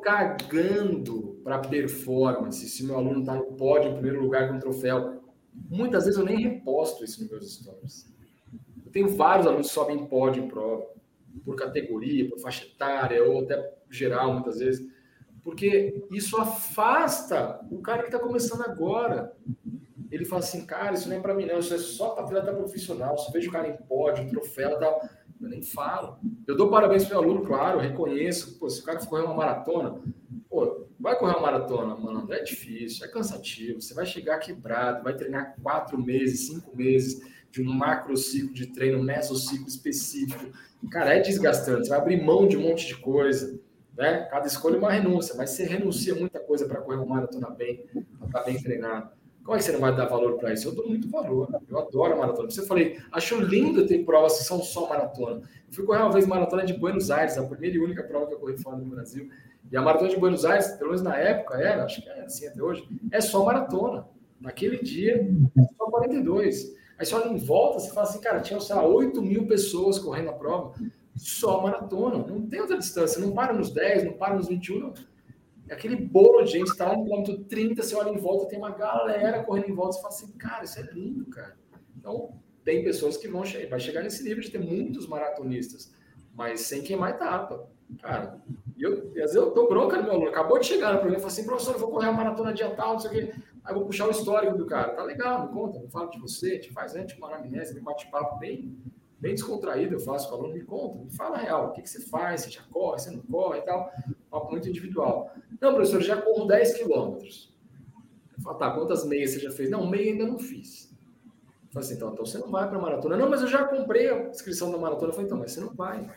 cagando para performance, se meu aluno tá no pódio em primeiro lugar com um troféu. Muitas vezes eu nem reposto isso nos meus stories. Eu tenho vários alunos que sobem em pódio em prova, por categoria, por faixa etária, ou até geral, muitas vezes. Porque isso afasta o cara que está começando agora. Ele fala assim, cara, isso não é para mim não, isso é só para atleta profissional. Se eu vejo o cara em pódio, troféu e tal, eu nem falo. Eu dou parabéns pro meu aluno, claro, eu reconheço. Pô, se o cara for correr uma maratona, pô, vai correr uma maratona, mano, é difícil, é cansativo. Você vai chegar quebrado, vai treinar 4 meses, 5 meses de um macro ciclo de treino, mesociclo específico. Cara, é desgastante, você vai abrir mão de um monte de coisa. Né? Cada escolha é uma renúncia, mas você renuncia muita coisa para correr uma maratona bem, para estar bem treinado. Como é que você não vai dar valor para isso? Eu dou muito valor, eu adoro a maratona. Você falei, acho lindo ter provas que são só maratona. Eu fui correr uma vez maratona de Buenos Aires, a primeira e única prova que eu corri fora do Brasil. E a maratona de Buenos Aires, pelo menos na época era, acho que é assim até hoje, é só maratona. Naquele dia, é só 42. Aí você olha em volta, você fala assim, cara, tinha, sei lá, 8 mil pessoas correndo a prova. Só maratona, não tem outra distância, não para nos 10, não para nos 21, não. É aquele bolo de gente, tá lá no quilômetro 30, você olha em volta, tem uma galera correndo em volta, você fala assim, cara, isso é lindo, cara. Então, tem pessoas que vai chegar nesse nível de ter muitos maratonistas, mas sem queimar etapa, cara. E às vezes eu tô bronca no meu aluno, acabou de chegar no programa, fala assim, professor, eu vou correr a maratona dia tal, não sei o quê. Aí eu vou puxar o histórico do cara, tá legal, me conta, me fala de você, a gente faz antes uma anamnese, me bate-papo bem descontraído, eu faço com o aluno, me conta, me fala a real, o que você faz, você já corre, você não corre e tal, papo muito individual. Não, professor, eu já corro 10 quilômetros. Eu falo, tá, quantas meias você já fez? Não, meia ainda não fiz. Eu falo assim, então você não vai para a maratona. Não, mas eu já comprei a inscrição da maratona. Eu falei, então, mas você não vai.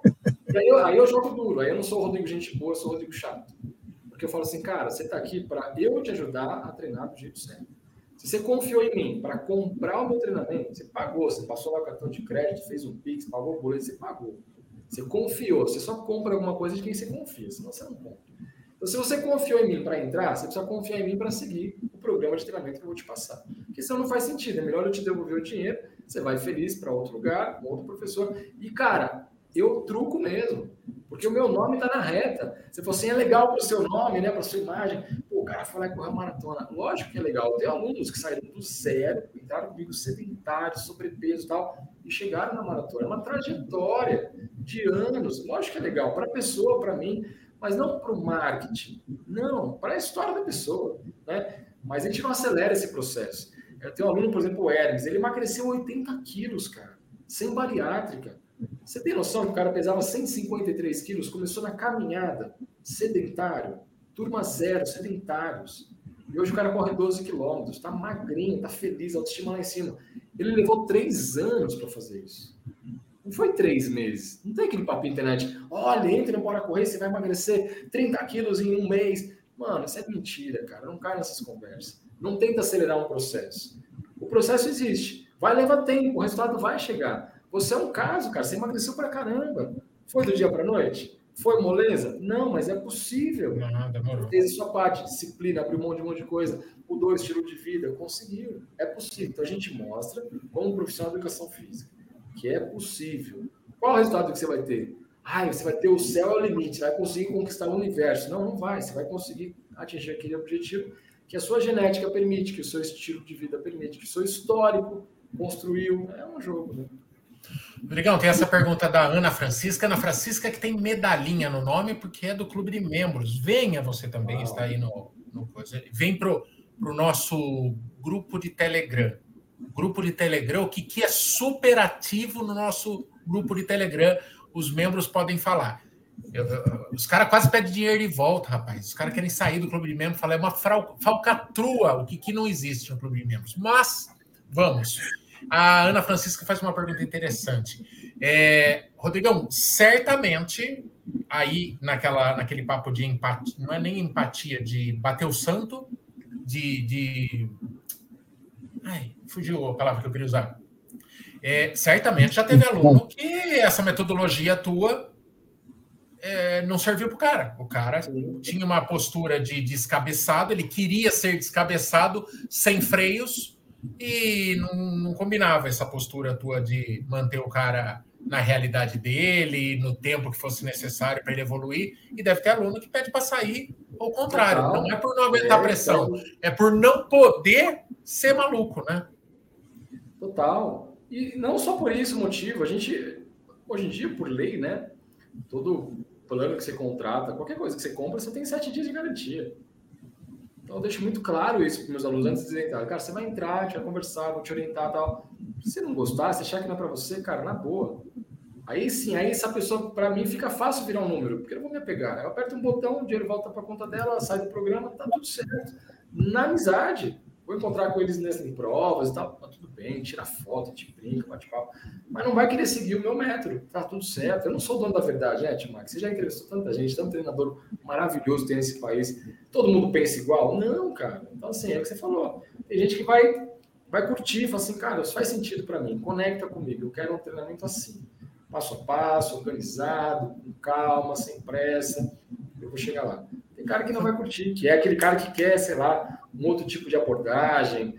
E aí eu jogo duro, aí eu não sou o Rodrigo gente boa, eu sou o Rodrigo chato. Porque eu falo assim, cara, você tá aqui para eu te ajudar a treinar do jeito certo. Se você confiou em mim para comprar o meu treinamento, você pagou, você passou lá o cartão de crédito, fez um Pix, pagou o boleto, você pagou. Você confiou, você só compra alguma coisa de quem você confia, senão você não compra. Então, se você confiou em mim para entrar, você precisa confiar em mim para seguir o programa de treinamento que eu vou te passar. Porque senão não faz sentido, é melhor eu te devolver o dinheiro, você vai feliz para outro lugar, com outro professor. E, cara, eu truco mesmo, porque o meu nome está na reta. Você falou assim, é legal para o seu nome, né, para a sua imagem. Pô, o cara foi lá correr uma maratona. Lógico que é legal. Eu tenho alunos que saíram do zero, entraram comigo sedentários, sobrepeso e tal, e chegaram na maratona. É uma trajetória de anos. Lógico que é legal para a pessoa, para mim, mas não para o marketing. Não, para a história da pessoa, né? Mas a gente não acelera esse processo. Eu tenho um aluno, por exemplo, o Hermes, ele emagreceu 80 quilos, cara, sem bariátrica. Você tem noção que o cara pesava 153 quilos, começou na caminhada, sedentário, turma zero, sedentários. E hoje o cara corre 12 quilômetros, tá magrinho, tá feliz, autoestima lá em cima. Ele levou 3 anos para fazer isso. Não foi 3 meses. Não tem aquele papo internet. Olha, entra bora correr, você vai emagrecer 30 quilos em 1 mês. Mano, isso é mentira, cara. Não cai nessas conversas. Não tenta acelerar um processo. O processo existe. Vai levar tempo, o resultado vai chegar. Você é um caso, cara. Você emagreceu pra caramba. Foi do dia pra noite? Foi moleza? Não, mas é possível. Não, fez a sua parte, disciplina, abriu mão de um monte de coisa, mudou o estilo de vida, conseguiu. É possível. Então a gente mostra, como profissional de educação física, que é possível. Qual o resultado que você vai ter? Você vai ter o céu é o limite, vai conseguir conquistar o universo. Não, não vai. Você vai conseguir atingir aquele objetivo que a sua genética permite, que o seu estilo de vida permite, que o seu histórico construiu. É um jogo, né? Legal, tem essa pergunta da Ana Francisca. Ana Francisca que tem medalhinha no nome porque é do clube de membros. Venha você também, está aí no coisa. Vem pro nosso grupo de Telegram. Grupo de Telegram, o que é super ativo no nosso grupo de Telegram. Os membros podem falar. Os caras quase pedem dinheiro de volta, rapaz. Os caras querem sair do clube de membros. Falar, é uma falcatrua o que não existe no clube de membros. Mas, vamos. A Ana Francisca faz uma pergunta interessante. Rodrigão, certamente, aí naquele papo de empatia, não é nem empatia, de bater o santo, fugiu a palavra que eu queria usar. Certamente já teve aluno que essa metodologia tua não serviu para o cara. O cara tinha uma postura de descabeçado, ele queria ser descabeçado sem freios e não combinava essa postura tua de manter o cara na realidade dele, no tempo que fosse necessário para ele evoluir. E deve ter aluno que pede para sair, ou o contrário. Total. Não é por não aguentar pressão, é por não poder ser maluco, né? Total. E não só por isso o motivo. A gente, hoje em dia, por lei, né? Todo plano que você contrata, qualquer coisa que você compra, você tem 7 dias de garantia. Então, eu deixo muito claro isso para os meus alunos antes de dizer, cara, você vai entrar, a gente vai conversar, vou te orientar e tal. Se você não gostar, se achar que não é para você, cara, na boa. Aí sim, aí essa pessoa, para mim, fica fácil virar um número, porque eu não vou me apegar. Eu aperto um botão, o dinheiro volta para a conta dela, sai do programa, tá tudo certo. Na amizade, vou encontrar com eles em provas e tal, tá tudo bem, tira foto, te brinca, bate papo. Mas não vai querer seguir o meu método, tá tudo certo. Eu não sou dono da verdade, né, Tio Max? Você já entrevistou tanta gente, tanto treinador maravilhoso tem nesse país. Todo mundo pensa igual? Não, cara. Então, assim, é o que você falou. Tem gente que vai curtir, fala assim, cara, isso faz sentido para mim, conecta comigo, eu quero um treinamento assim. Passo a passo, organizado, com calma, sem pressa, eu vou chegar lá. Tem cara que não vai curtir, que é aquele cara que quer, sei lá, um outro tipo de abordagem,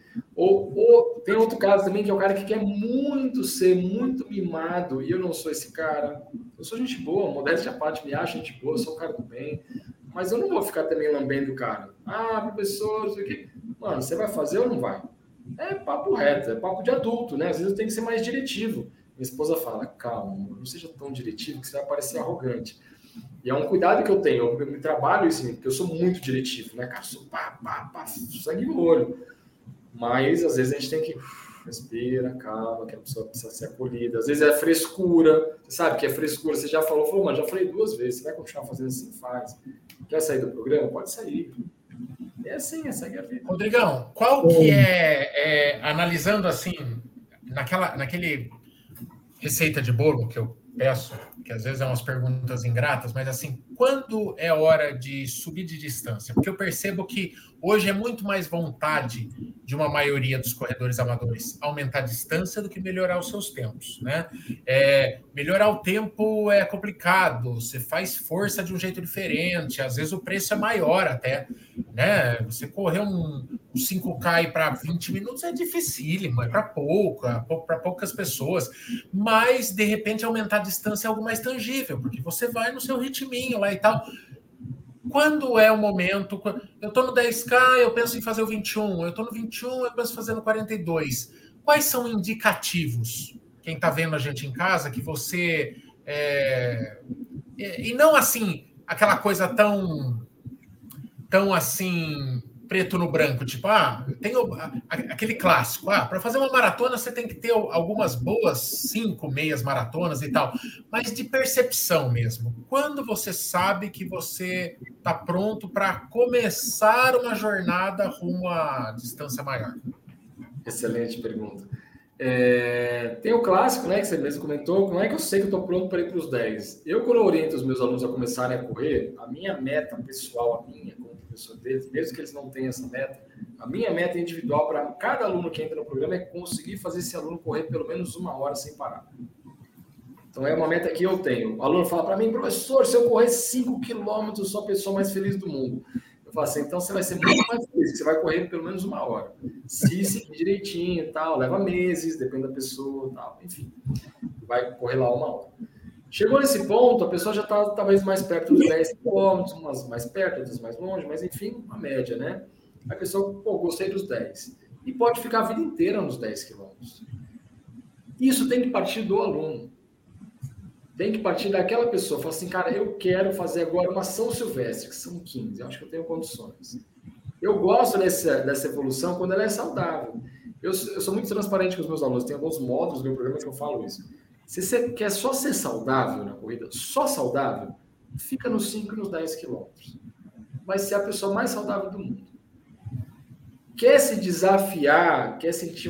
ou tem outro caso também, que é o cara que quer muito ser muito mimado, e eu não sou esse cara. Eu sou gente boa, modéstia à parte, me acho gente boa, sou um cara do bem, mas eu não vou ficar também lambendo o cara. Ah, professor, isso aqui. Mano, você vai fazer ou não vai? É papo reto, é papo de adulto, né? Às vezes eu tenho que ser mais diretivo. Minha esposa fala, calma, não seja tão diretivo que você vai parecer arrogante. E é um cuidado que eu tenho, eu me trabalho isso, porque eu sou muito diretivo, né, cara? Sou sangue no olho. Mas, às vezes, a gente tem que respira, calma, que a pessoa precisa ser acolhida. Às vezes é frescura, você sabe que é frescura, você já falou, mas já falei 2 vezes, você vai continuar fazendo assim, faz. Quer sair do programa? Pode sair. É assim, essa é a vida. Rodrigão, qual que analisando assim, naquele receita de bolo que eu peço, que às vezes é umas perguntas ingratas, mas assim, quando é hora de subir de distância? Porque eu percebo que hoje é muito mais vontade de uma maioria dos corredores amadores aumentar a distância do que melhorar os seus tempos, né? Melhorar o tempo é complicado, você faz força de um jeito diferente, às vezes o preço é maior até, né? Você correr um 5K para 20 minutos é dificílimo, é para poucas pessoas, mas de repente aumentar a distância é algo mais tangível, porque você vai no seu ritminho lá e tal. Quando é o momento? Eu estou no 10K, eu penso em fazer o 21. Eu estou no 21, eu penso em fazer no 42. Quais são indicativos? Quem está vendo a gente em casa, que você... E não assim, aquela coisa tão assim... preto no branco, tipo, tem aquele clássico, para fazer uma maratona você tem que ter algumas boas 5 meias maratonas e tal, mas de percepção mesmo. Quando você sabe que você está pronto para começar uma jornada rumo à distância maior? Excelente pergunta. Tem o clássico, né, que você mesmo comentou, como é que eu sei que eu estou pronto para ir para os 10? Eu, quando eu oriento os meus alunos a começarem a correr, a minha meta pessoal, como professor deles, mesmo que eles não tenham essa meta, a minha meta individual para cada aluno que entra no programa é conseguir fazer esse aluno correr pelo menos 1 hora sem parar. Então, é uma meta que eu tenho. O aluno fala para mim, professor, se eu correr 5 quilômetros, eu sou a pessoa mais feliz do mundo. Eu falo assim, então você vai ser muito mais feliz, que você vai correr pelo menos 1 hora. Se seguir direitinho e tal, leva meses, depende da pessoa e tal, enfim. Vai correr lá 1 hora. Chegou nesse ponto, a pessoa já está talvez mais perto dos 10 quilômetros, umas mais perto, outras mais longe, mas enfim, uma média, né? A pessoa, gostei dos 10. E pode ficar a vida inteira nos 10 quilômetros. Isso tem que partir do aluno. Tem que partir daquela pessoa. Fala assim, cara, eu quero fazer agora uma São Silvestre, que são 15. Eu acho que eu tenho condições. Eu gosto dessa evolução quando ela é saudável. Eu sou muito transparente com os meus alunos. Tem alguns módulos do meu programa que eu falo isso. Se você quer só ser saudável na corrida, só saudável, fica nos 5 e nos 10 quilômetros. Vai ser a pessoa mais saudável do mundo. Quer se desafiar, quer sentir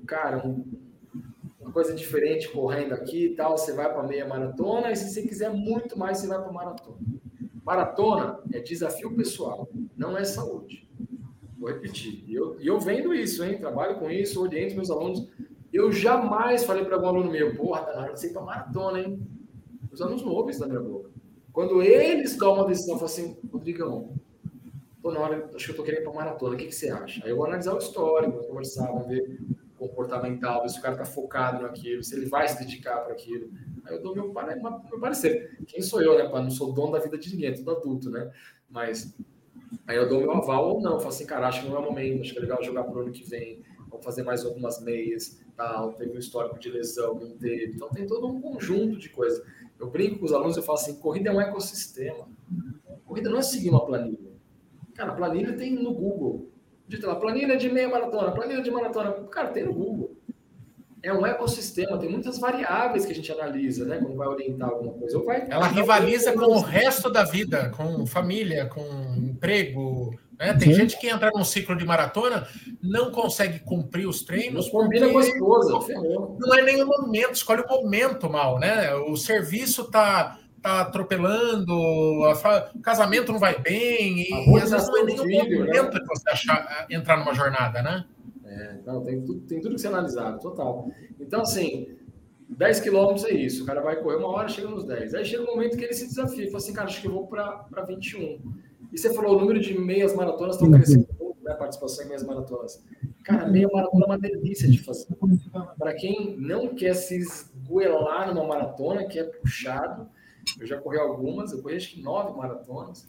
uma coisa diferente correndo aqui e tal, você vai para meia maratona, e se você quiser muito mais, você vai para maratona. Maratona é desafio pessoal, não é saúde. Vou repetir. E eu vendo isso, hein? Trabalho com isso, oriento meus alunos. Eu jamais falei para algum aluno meu, porra, tá na hora de você ir para maratona, hein? Os alunos não ouvem isso da minha boca. Quando eles tomam a decisão, falam assim, Rodrigão, tô na hora, acho que eu tô querendo ir pra maratona, o que você acha? Aí eu vou analisar o histórico, vou conversar, vou ver o comportamental, ver se o cara tá focado naquilo, se ele vai se dedicar para aquilo. Aí eu dou meu parecer. Quem sou eu, né? Não sou dono da vida de ninguém, tudo adulto, né? Mas aí eu dou meu aval ou não. Eu falo assim, cara, acho que não é o momento, acho que é legal jogar pro ano que vem, vamos fazer mais algumas meias, tal. Teve um histórico de lesão, não teve. Então tem todo um conjunto de coisas. Eu brinco com os alunos, eu falo assim, corrida é um ecossistema. Corrida não é seguir uma planilha. Cara, planilha tem no Google. Dita lá, planilha de meia maratona, planilha de maratona. Cara, tem no Google. É um ecossistema, tem muitas variáveis que a gente analisa, né? Quando vai orientar alguma coisa. Ela rivaliza com o resto da vida, com família, com emprego. Né? Tem gente que entra num ciclo de maratona, não consegue cumprir os treinos. Não combina com a esposa, não é nenhum momento, escolhe o momento mal, né? O serviço tá atropelando, o casamento não vai bem, e às vezes não é nenhum momento que você entrar numa jornada, né? Não, tem tudo que ser analisado, total. Então, assim, 10 quilômetros é isso. O cara vai correr 1 hora, chega nos 10. Aí chega um momento que ele se desafia. Fala assim, cara, acho que eu vou para 21. E você falou, o número de meias maratonas estão crescendo muito, né? A participação em meias maratonas. Cara, meia maratona é uma delícia de fazer. Para quem não quer se esgoelar numa maratona, que é puxado, eu já corri algumas, eu corri acho que 9 maratonas.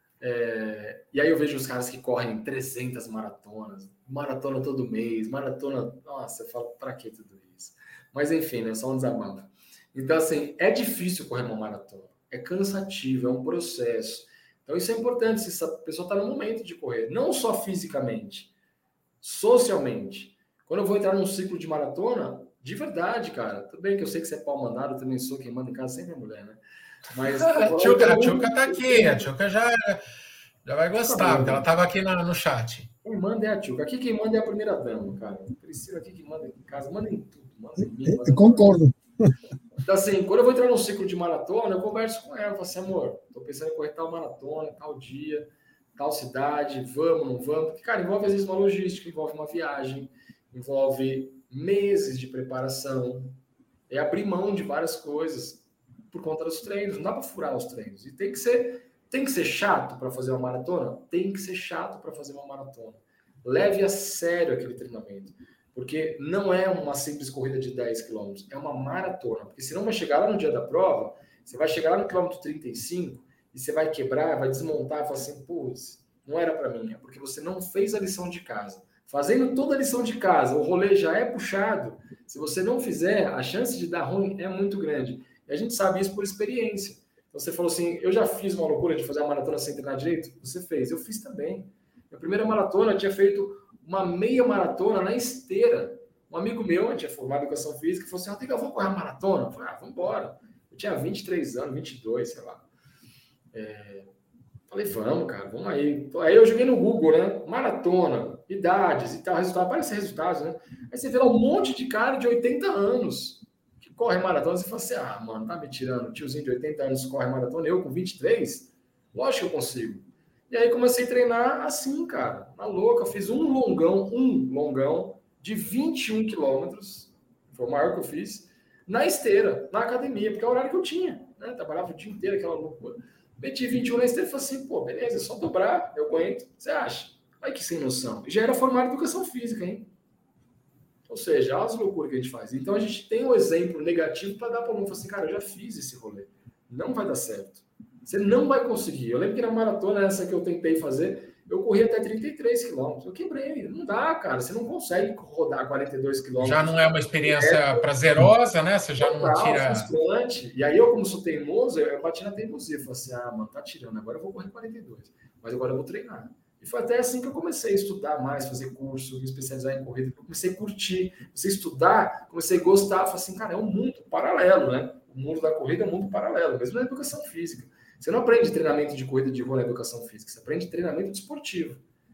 E aí eu vejo os caras que correm 300 maratonas, maratona todo mês, maratona... Nossa, eu falo, pra que tudo isso? Mas enfim, né? Só um desabafo. Então, assim, é difícil correr uma maratona. É cansativo, é um processo. Então, isso é importante, se a pessoa está no momento de correr. Não só fisicamente, socialmente. Quando eu vou entrar num ciclo de maratona, de verdade, cara, tudo bem que eu sei que você é pau mandado, eu também sou, quem manda em casa sempre é mulher, né? Mas a Tchuca tá aqui, a Tchuca já vai gostar, porque ela estava aqui no chat. Quem manda é a Tchuca. Aqui quem manda é a primeira dama, cara. Priscila aqui que manda em casa, manda em tudo. Manda em mim, eu concordo. Então, assim, quando eu vou entrar num ciclo de maratona, eu converso com ela, eu falo assim, amor, tô pensando em correr tal maratona, tal dia, tal cidade, vamos, não vamos? Porque, cara, envolve às vezes uma logística, envolve uma viagem, envolve meses de preparação, é abrir mão de várias coisas por conta dos treinos, não dá para furar os treinos. E tem que ser chato para fazer uma maratona? Tem que ser chato para fazer uma maratona. Leve a sério aquele treinamento. Porque não é uma simples corrida de 10 km, é uma maratona. Porque senão vai chegar lá no dia da prova, você vai chegar lá no quilômetro 35 e você vai quebrar, vai desmontar e falar assim, putz, não era para mim. É porque você não fez a lição de casa. Fazendo toda a lição de casa, o rolê já é puxado. Se você não fizer, a chance de dar ruim é muito grande. E a gente sabe isso por experiência. Então você falou assim, eu já fiz uma loucura de fazer uma maratona sem treinar direito? Você fez, eu fiz também. Minha primeira maratona eu tinha feito uma meia maratona na esteira. Um amigo meu, tinha formado em educação física, falou assim, eu vou correr uma maratona? Eu falei, vamos embora. Eu tinha 23 anos, 22, sei lá. Falei, vamos, cara, vamos aí. Aí eu joguei no Google, né? Maratona, idades e tal, resultado, aparece resultados, né? Aí você vê lá um monte de cara de 80 anos que corre maratona, você fala assim, mano, tá me tirando, tiozinho de 80 anos corre maratona, eu com 23? Lógico que eu consigo. E aí comecei a treinar assim, cara, na louca. Eu fiz um longão de 21 quilômetros, foi o maior que eu fiz, na esteira, na academia, porque é o horário que eu tinha, né? Trabalhava o dia inteiro, aquela loucura. Meti 21 na esteira e falei assim, pô, beleza, é só dobrar, eu aguento. Você acha? Olha que sem noção. E já era formado em educação física, hein? Ou seja, olha as loucuras que a gente faz. Então a gente tem um exemplo negativo para dar para o aluno. Assim, cara, eu já fiz esse rolê. Não vai dar certo. Você não vai conseguir. Eu lembro que na maratona, essa que eu tentei fazer, eu corri até 33 quilômetros. Eu quebrei. Não dá, cara. Você não consegue rodar 42 quilômetros. Já não é uma experiência prazerosa, né? Você já não tira... frustrante. E aí eu, como sou teimoso, eu bati na teimosia. Eu falei assim, mano, tá tirando. Agora eu vou correr 42. Mas agora eu vou treinar. E foi até assim que eu comecei a estudar mais, fazer curso, me especializar em corrida. Eu comecei a curtir, comecei a estudar, comecei a gostar. Falei assim, cara, é um mundo paralelo, né? O mundo da corrida é um mundo paralelo, mesmo na educação física. Você não aprende treinamento de corrida de rua na educação física, você aprende treinamento desportivo.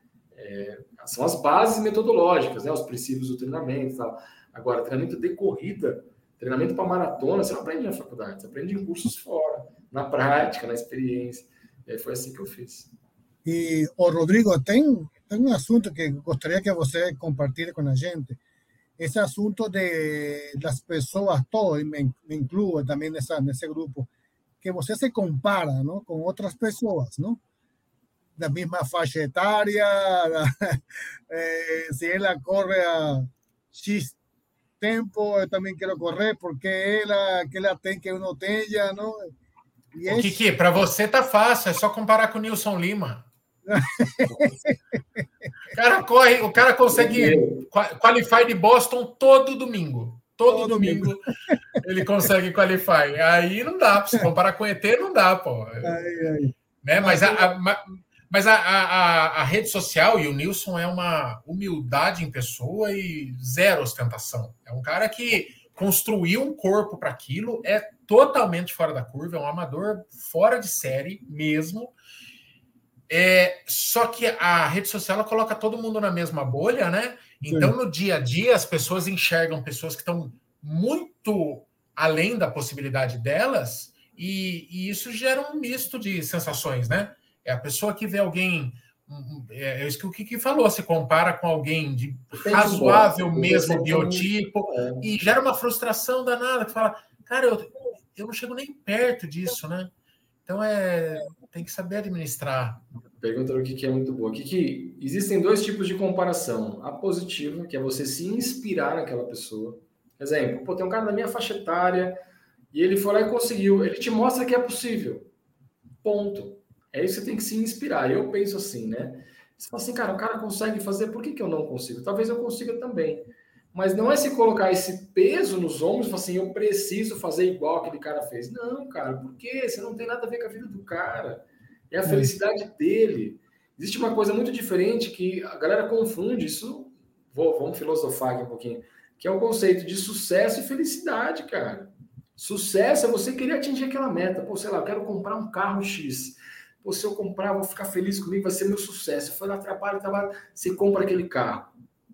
São as bases metodológicas, né? Os princípios do treinamento e tal. Agora, treinamento de corrida, treinamento para maratona, você não aprende na faculdade, você aprende em cursos fora, na prática, na experiência. E aí foi assim que eu fiz. E, Rodrigo, tem um assunto que gostaria que você compartilhe com a gente. Esse assunto das pessoas, todas, me incluo também nesse grupo, que você se compara, ¿no? Com outras pessoas, ¿no? Da mesma faixa etária, se ela corre a X tempo, eu também quero correr, porque que ela tem que eu não tenha, não? E o Kiki, para você tá fácil, é só comparar com o Nilson Lima. O cara consegue qualify de Boston todo domingo. Todo domingo ele consegue qualify. Aí não dá, para se comparar com o ET, não dá, pô. Né? Mas a rede social, e o Nilson é uma humildade em pessoa e zero ostentação. É um cara que construiu um corpo para aquilo, é totalmente fora da curva, é um amador fora de série mesmo. Só que a rede social ela coloca todo mundo na mesma bolha, né? Então, no dia a dia, as pessoas enxergam pessoas que estão muito além da possibilidade delas, e isso gera um misto de sensações, né? É a pessoa que vê alguém, é isso que o Kiki falou, se compara com alguém de razoável mesmo biotipo, e gera uma frustração danada, que fala, cara, eu não chego nem perto disso, né? Então, tem que saber administrar. A pergunta do Kiki é muito boa. Kiki, existem dois tipos de comparação. A positiva, que é você se inspirar naquela pessoa. Exemplo, tem um cara da minha faixa etária e ele foi lá e conseguiu. Ele te mostra que é possível. Ponto. É isso que você tem que se inspirar. Eu penso assim, né? Você fala assim, cara, o cara consegue fazer, por que eu não consigo? Talvez eu consiga também. Mas não é se colocar esse peso nos ombros e falar assim, eu preciso fazer igual aquele cara fez. Não, cara, por quê? Você não tem nada a ver com a vida do cara. É a felicidade dele. Existe uma coisa muito diferente que a galera confunde isso. Vamos filosofar aqui um pouquinho. Que é o conceito de sucesso e felicidade, cara. Sucesso é você querer atingir aquela meta. Pô, sei lá, eu quero comprar um carro X. Pô, se eu comprar, vou ficar feliz comigo, vai ser meu sucesso. Eu for lá, trabalho, você compra aquele carro.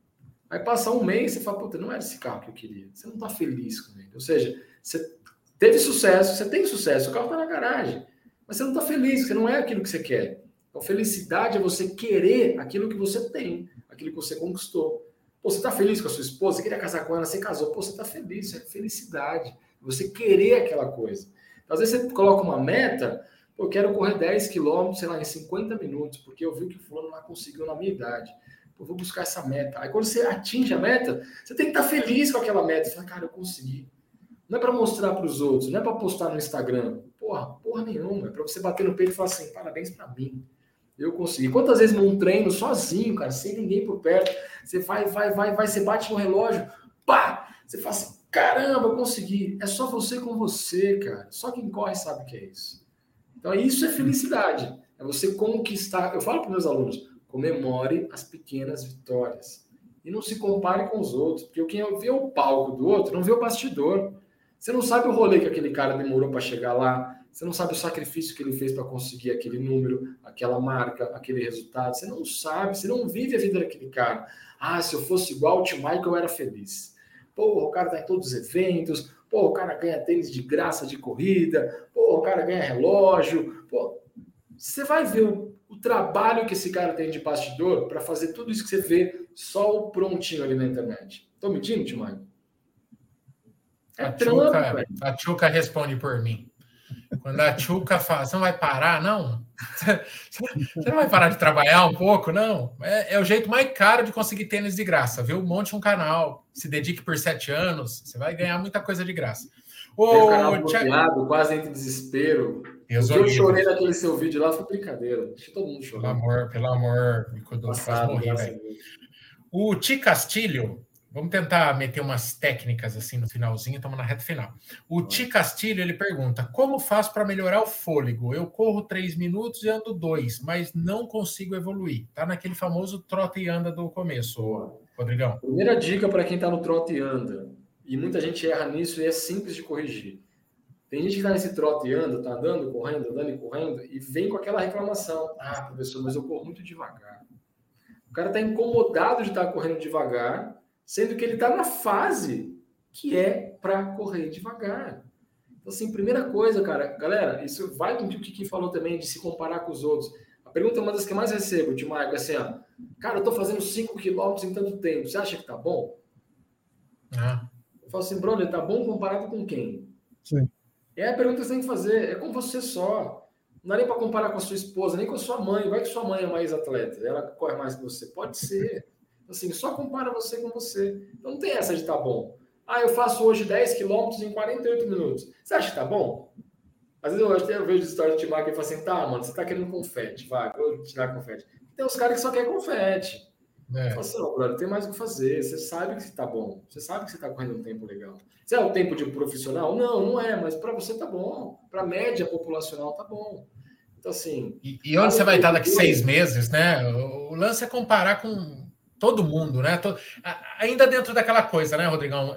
Aí passa um mês, você fala, puta, não era esse carro que eu queria. Você não tá feliz com ele. Ou seja, você teve sucesso, você tem sucesso, o carro tá na garagem. Mas você não tá feliz, você não é aquilo que você quer. Então, felicidade é você querer aquilo que você tem, aquilo que você conquistou. Pô, você tá feliz com a sua esposa? Você queria casar com ela, você casou. Pô, você tá feliz, isso é felicidade. Você querer aquela coisa. Então, às vezes você coloca uma meta, pô, eu quero correr 10 quilômetros, sei lá, em 50 minutos, porque eu vi que o fulano lá conseguiu na minha idade. Eu vou buscar essa meta. Aí quando você atinge a meta, você tem que estar feliz com aquela meta. Você fala, cara, eu consegui. Não é para mostrar para os outros, não é para postar no Instagram. Porra nenhuma. É para você bater no peito e falar assim, parabéns para mim. Eu consegui. Quantas vezes num treino, sozinho, cara, sem ninguém por perto, você vai, você bate no relógio, pá! Você fala assim, caramba, eu consegui. É só você com você, cara. Só quem corre sabe o que é isso. Então, isso é felicidade. É você conquistar. Eu falo para meus alunos, comemore as pequenas vitórias. E não se compare com os outros. Porque quem vê o palco do outro não vê o bastidor. Você não sabe o rolê que aquele cara demorou para chegar lá. Você não sabe o sacrifício que ele fez para conseguir aquele número, aquela marca, aquele resultado. Você não sabe, você não vive a vida daquele cara. Ah, se eu fosse igual ao Tim Michael, eu era feliz. Pô, o cara tá em todos os eventos. Pô, o cara ganha tênis de graça de corrida. Pô, o cara ganha relógio. Pô, você vai ver o trabalho que esse cara tem de bastidor para fazer tudo isso que você vê só o prontinho ali na internet. Tô mentindo, Tim Michael? A Tchuca responde por mim. Quando a Tchuca fala, você não vai parar, não? Você não vai parar de trabalhar um pouco, não? É o jeito mais caro de conseguir tênis de graça, viu? Monte um canal, se dedique por 7 anos, você vai ganhar muita coisa de graça. O canal bloqueado, quase entre desespero. O que eu chorei naquele seu vídeo lá foi brincadeira. Deixa todo mundo chorar. Pelo amor, me cuidou, quase morri, velho. O Ti Castilho, vamos tentar meter umas técnicas assim no finalzinho, estamos na reta final. O Ti Castilho, ele pergunta, como faço para melhorar o fôlego? Eu corro 3 minutos e ando 2, mas não consigo evoluir. Tá naquele famoso trota e anda do começo, Rodrigão. Primeira dica para quem está no trota e anda, e muita gente erra nisso e é simples de corrigir. Tem gente que está nesse trota e anda, está andando e correndo, e vem com aquela reclamação. Ah, professor, mas eu corro muito devagar. O cara está incomodado de estar correndo devagar, sendo que ele está na fase que é para correr devagar. Então, assim, primeira coisa, cara, galera, isso vai com o que o Kiki falou também, de se comparar com os outros. A pergunta é uma das que eu mais recebo, de Marco, assim, ó, cara, eu tô fazendo 5 quilômetros em tanto tempo, você acha que tá bom? Eu falo assim, brother, tá bom comparado com quem? Sim. É a pergunta que você tem que fazer. É com você só. Não dá nem para comparar com a sua esposa, nem com a sua mãe. Vai que sua mãe é mais atleta, ela corre mais que você. Pode ser. Assim, só compara você com você. Então não tem essa de tá bom. Eu faço hoje 10 quilômetros em 48 minutos. Você acha que tá bom? Às vezes eu vejo história de Timar que fala assim, tá, mano, você tá querendo confete, vai, vou tirar confete. Tem uns caras que só querem confete. Fala assim, não, brother, tem mais o que fazer. Você sabe que tá bom. Você sabe que você tá correndo um tempo legal. Se é o tempo de um profissional? Não, não é, mas para você tá bom. Para a média populacional tá bom. Então, assim. E onde você vai estar daqui 6 meses, né? O lance é comparar com todo mundo, né? Ainda dentro daquela coisa, né, Rodrigão?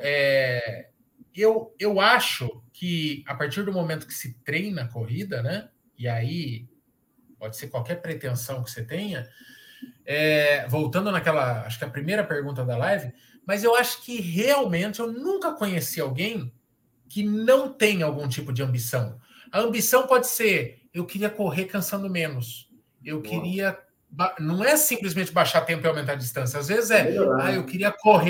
Eu acho que a partir do momento que se treina a corrida, né? E aí pode ser qualquer pretensão que você tenha. Voltando naquela, acho que a primeira pergunta da live, mas eu acho que realmente eu nunca conheci alguém que não tem algum tipo de ambição. A ambição pode ser, eu queria correr cansando menos. Eu queria... Não é simplesmente baixar tempo e aumentar a distância. Às vezes eu queria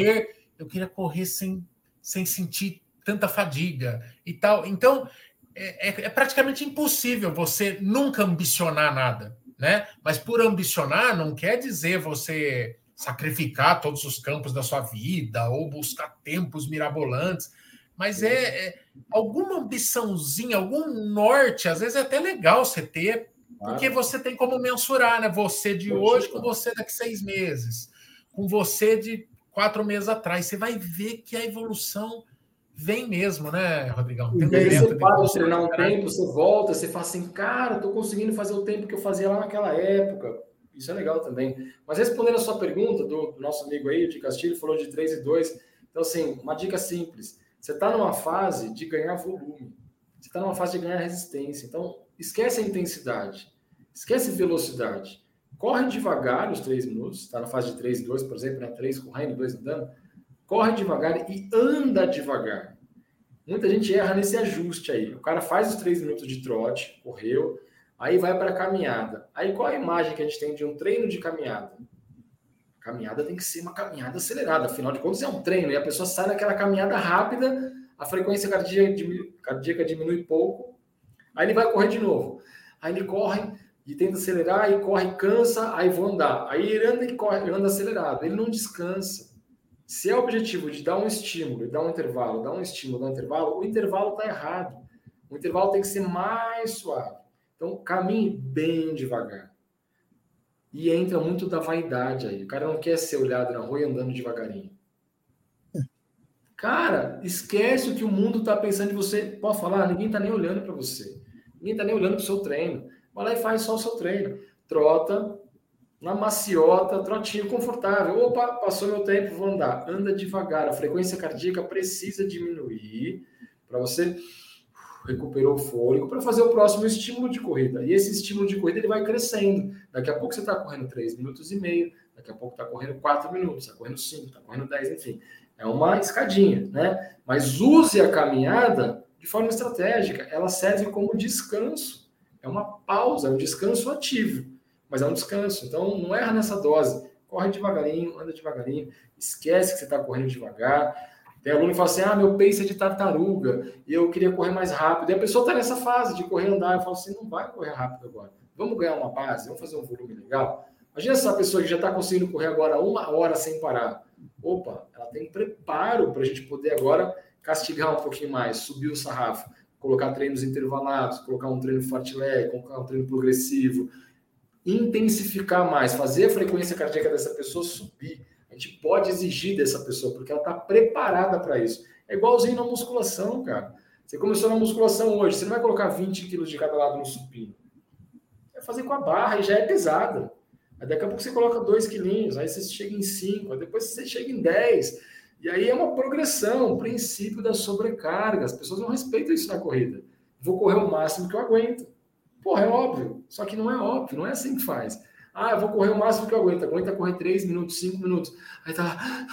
correr sem sentir tanta fadiga e tal. Então, é praticamente impossível você nunca ambicionar nada, né? Mas por ambicionar não quer dizer você sacrificar todos os campos da sua vida ou buscar tempos mirabolantes, mas alguma ambiçãozinha, algum norte, às vezes é até legal você ter, porque você tem como mensurar, né? Você de hoje com você daqui 6 meses, com você de 4 meses atrás. Você vai ver que a evolução vem mesmo, né, Rodrigão? Tem você para de treinar um tempo, você volta, você fala assim, cara, tô conseguindo fazer o tempo que eu fazia lá naquela época. Isso é legal também. Mas respondendo a sua pergunta do nosso amigo aí, de Castilho, falou de 3 e 2. Então, assim, uma dica simples. Você está numa fase de ganhar volume. Você está numa fase de ganhar resistência. Então, esquece a intensidade. Esquece velocidade. Corre devagar os 3 minutos. Está na fase de 3 e 2, por exemplo, né? 3 correndo, 2 andando. Corre devagar e anda devagar. Muita gente erra nesse ajuste aí. O cara faz os 3 minutos de trote, correu, aí vai para a caminhada. Aí qual a imagem que a gente tem de um treino de caminhada? A caminhada tem que ser uma caminhada acelerada. Afinal de contas, é um treino. E a pessoa sai naquela caminhada rápida, a frequência cardíaca diminui pouco, aí ele vai correr de novo. Aí ele corre e tenta acelerar, aí corre, cansa, aí vou andar. Aí ele anda e corre, anda acelerado. Ele não descansa. Se é o objetivo de dar um estímulo, dar um intervalo, dar um estímulo, dar um intervalo, o intervalo está errado. O intervalo tem que ser mais suave. Então, caminhe bem devagar. E entra muito da vaidade aí. O cara não quer ser olhado na rua e andando devagarinho. Cara, esquece o que o mundo está pensando de você. Pode falar, ninguém está nem olhando para você. Ninguém está nem olhando para o seu treino. Vai lá e faz só o seu treino. Trota, na maciota, trotinho confortável. Opa, passou meu tempo, vou andar. Anda devagar. A frequência cardíaca precisa diminuir para você recuperar o fôlego para fazer o próximo estímulo de corrida. E esse estímulo de corrida ele vai crescendo. Daqui a pouco você está correndo 3 minutos e meio, daqui a pouco está correndo 4 minutos, está correndo 5, está correndo 10, enfim. É uma escadinha, né? Mas use a caminhada de forma estratégica. Ela serve como descanso. É uma pausa, é um descanso ativo. Mas é um descanso, então não erra nessa dose. Corre devagarinho, anda devagarinho, esquece que você está correndo devagar. Tem aluno que fala assim, meu pace é de tartaruga, e eu queria correr mais rápido. E a pessoa está nessa fase de correr e andar. Eu falo assim, não vai correr rápido agora. Vamos ganhar uma base, vamos fazer um volume legal. Imagina essa pessoa que já está conseguindo correr agora 1 hora sem parar. Opa, ela tem preparo para a gente poder agora castigar um pouquinho mais, subir o sarrafo, colocar treinos intervalados, colocar um treino fartlek, colocar um treino progressivo, intensificar mais, fazer a frequência cardíaca dessa pessoa subir. A gente pode exigir dessa pessoa, porque ela está preparada para isso. É igualzinho na musculação, cara. Você começou na musculação hoje, você não vai colocar 20 quilos de cada lado no supino. Vai fazer com a barra e já é pesada. Aí daqui a pouco você coloca 2 quilinhos, aí você chega em 5, aí depois você chega em 10. E aí é uma progressão, o princípio da sobrecarga. As pessoas não respeitam isso na corrida. Vou correr o máximo que eu aguento. Porra, é óbvio. Só que não é óbvio, não é assim que faz. Eu vou correr o máximo que eu aguento. Aguenta correr 3 minutos, 5 minutos. Aí tá lá,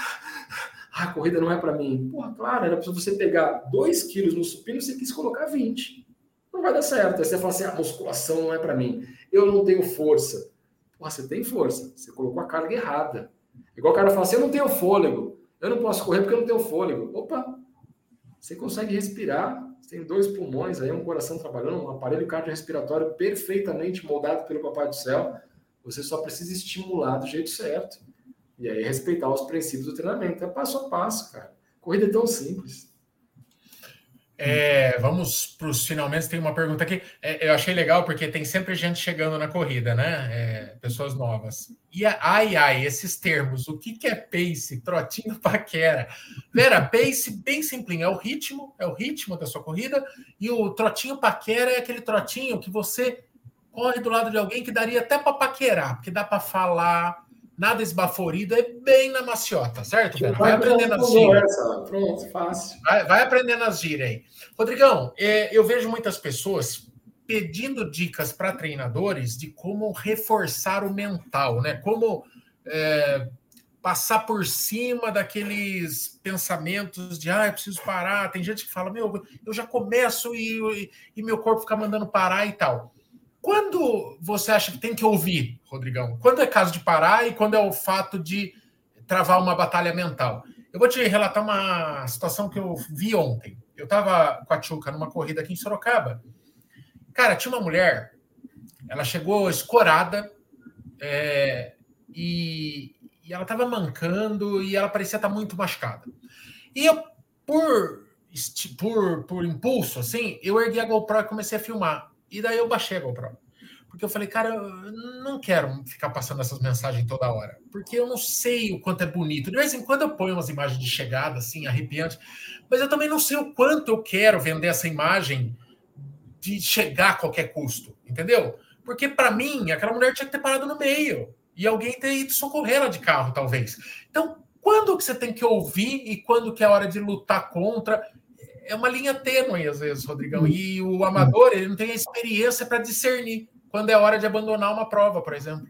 a corrida não é para mim. Porra, claro, era para você pegar 2 quilos no supino, você quis colocar 20. Não vai dar certo. Aí você fala assim, a musculação não é para mim. Eu não tenho força. Porra, você tem força. Você colocou a carga errada. Igual o cara fala assim, eu não tenho fôlego. Eu não posso correr porque eu não tenho fôlego. Opa! você consegue respirar, você tem 2 pulmões, aí um coração trabalhando, um aparelho cardiorrespiratório perfeitamente moldado pelo Papai do Céu. Você só precisa estimular do jeito certo. E aí respeitar os princípios do treinamento. É passo a passo, cara. Corrida é tão simples. Vamos para os finalmente. Tem uma pergunta aqui. Eu achei legal porque tem sempre gente chegando na corrida, né? Pessoas novas. E esses termos. O que é pace? Trotinho, paquera. Vera, pace bem simplinho. É o ritmo da sua corrida. E o trotinho, paquera é aquele trotinho que você corre do lado de alguém que daria até para paquerar, porque dá para falar. Nada esbaforido, é bem na maciota, certo, Vera? Vai aprendendo as gírias. Pronto, fácil. Vai aprendendo as gírias aí. Rodrigão, eu vejo muitas pessoas pedindo dicas para treinadores de como reforçar o mental, né? Como passar por cima daqueles pensamentos de eu preciso parar. Tem gente que fala, eu já começo e meu corpo fica mandando parar e tal. Quando você acha que tem que ouvir, Rodrigão? Quando é caso de parar e quando é o fato de travar uma batalha mental? Eu vou te relatar uma situação que eu vi ontem. Eu estava com a Tchuca numa corrida aqui em Sorocaba. Cara, tinha uma mulher, ela chegou escorada e ela estava mancando e ela parecia estar muito machucada. E eu, por impulso, assim, eu ergui a GoPro e comecei a filmar. E daí eu baixei a GoPro. Porque eu falei, cara, eu não quero ficar passando essas mensagens toda hora. Porque eu não sei o quanto é bonito. De vez em quando eu ponho umas imagens de chegada, assim, arrepiantes. Mas eu também não sei o quanto eu quero vender essa imagem de chegar a qualquer custo. Entendeu? Porque, para mim, aquela mulher tinha que ter parado no meio. E alguém ter ido socorrer ela de carro, talvez. Então, quando que você tem que ouvir e quando que é a hora de lutar contra? É uma linha tênue, às vezes, Rodrigão. E o amador, ele não tem a experiência para discernir quando é hora de abandonar uma prova, por exemplo.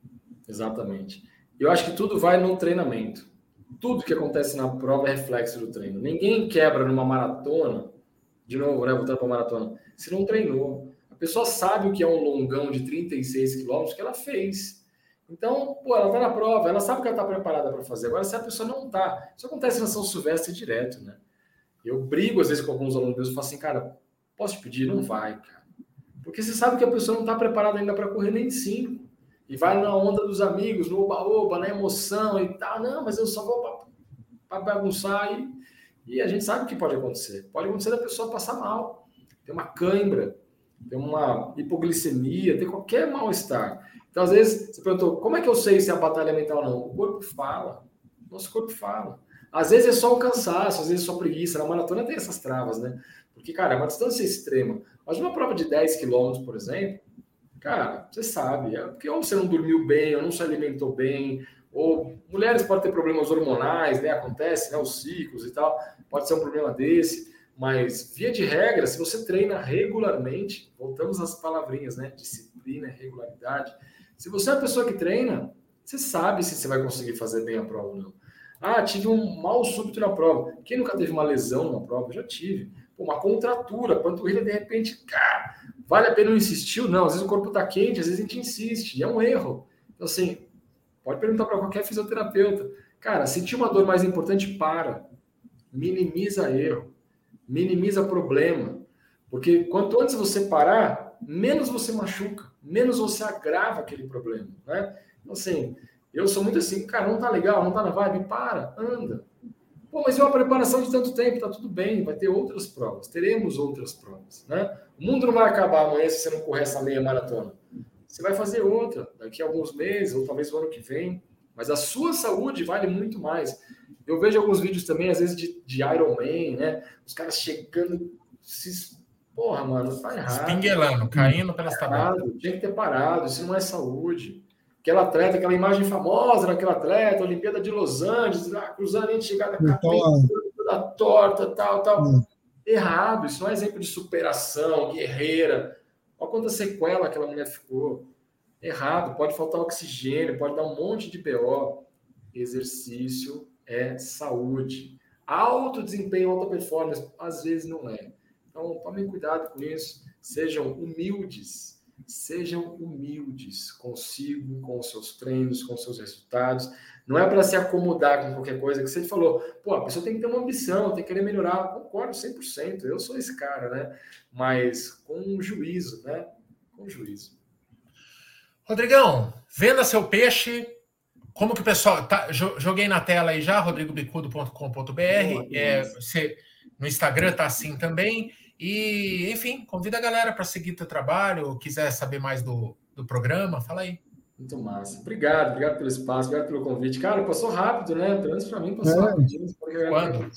Exatamente. Eu acho que tudo vai no treinamento. Tudo que acontece na prova é reflexo do treino. Ninguém quebra numa maratona, de novo, né, voltando para a maratona, se não treinou. A pessoa sabe o que é um longão de 36 quilômetros que ela fez. Então, ela está na prova, ela sabe que ela está preparada para fazer. Agora, se a pessoa não está, isso acontece na São Silvestre direto, né? Eu brigo, às vezes, com alguns alunos meus e falo assim, cara, posso te pedir? Não vai, cara. Porque você sabe que a pessoa não está preparada ainda para correr nem 5. E vai na onda dos amigos, no oba-oba, na emoção e tal. Não, mas eu só vou para bagunçar. E a gente sabe o que pode acontecer. Pode acontecer da pessoa passar mal. Ter uma cãibra, ter uma hipoglicemia, ter qualquer mal-estar. Então, às vezes, você perguntou, como é que eu sei se é a batalha mental ou não? O corpo fala. Nosso corpo fala. Às vezes é só o cansaço, às vezes é só preguiça. Na maratona tem essas travas, né? Porque, cara, é uma distância extrema. Mas uma prova de 10 quilômetros, por exemplo, cara, você sabe, porque ou você não dormiu bem, ou não se alimentou bem, ou mulheres podem ter problemas hormonais, né? Acontece, né? Os ciclos e tal, pode ser um problema desse. Mas, via de regra, se você treina regularmente, voltamos às palavrinhas, né? Disciplina, regularidade. Se você é uma pessoa que treina, você sabe se você vai conseguir fazer bem a prova ou não. Tive um mal súbito na prova. Quem nunca teve uma lesão numa prova? Eu já tive. Uma contratura, panturrilha, de repente, cara, vale a pena não insistir? Não, às vezes o corpo está quente, às vezes a gente insiste, e é um erro. Então, assim, pode perguntar para qualquer fisioterapeuta. Cara, sentir uma dor mais importante, para. Minimiza erro. Minimiza problema. Porque quanto antes você parar, menos você machuca, menos você agrava aquele problema, né? Então, assim, eu sou muito assim, cara, não tá legal, não tá na vibe, para, anda. Pô, mas é uma preparação de tanto tempo, tá tudo bem, vai ter outras provas, teremos outras provas, né? O mundo não vai acabar amanhã se você não correr essa meia maratona. Você vai fazer outra daqui a alguns meses, ou talvez o ano que vem, mas a sua saúde vale muito mais. Eu vejo alguns vídeos também, às vezes, de Ironman, né? Os caras chegando, porra, mano, tá errado. Espinguelando, caindo pelas tabelas. Tinha que ter parado, isso não é saúde. Aquela atleta, aquela imagem famosa daquela atleta, Olimpíada de Los Angeles, cruzando a chegada toda torta, tal. Errado, isso não é exemplo de superação, guerreira. Olha quanta sequela aquela mulher ficou. Errado, pode faltar oxigênio, pode dar um monte de BO. Exercício é saúde. Alto desempenho, alta performance, às vezes não é. Então, tomem cuidado com isso. Sejam humildes. Sejam humildes consigo, com os seus treinos, com os seus resultados. Não é para se acomodar com qualquer coisa que você falou. Pô, a pessoa tem que ter uma ambição, tem que querer melhorar. Concordo 100%. Eu sou esse cara, né? Mas com juízo, né? Com juízo. Rodrigão, venda seu peixe. Como que o pessoal... joguei na tela aí já, rodrigobicudo.com.br. No Instagram tá assim também. E, enfim, convida a galera para seguir teu trabalho, quiser saber mais do programa, fala aí. Muito massa. Obrigado pelo espaço, obrigado pelo convite. Cara, passou rápido, né? Pelo menos para mim passou rapidinho. Quando?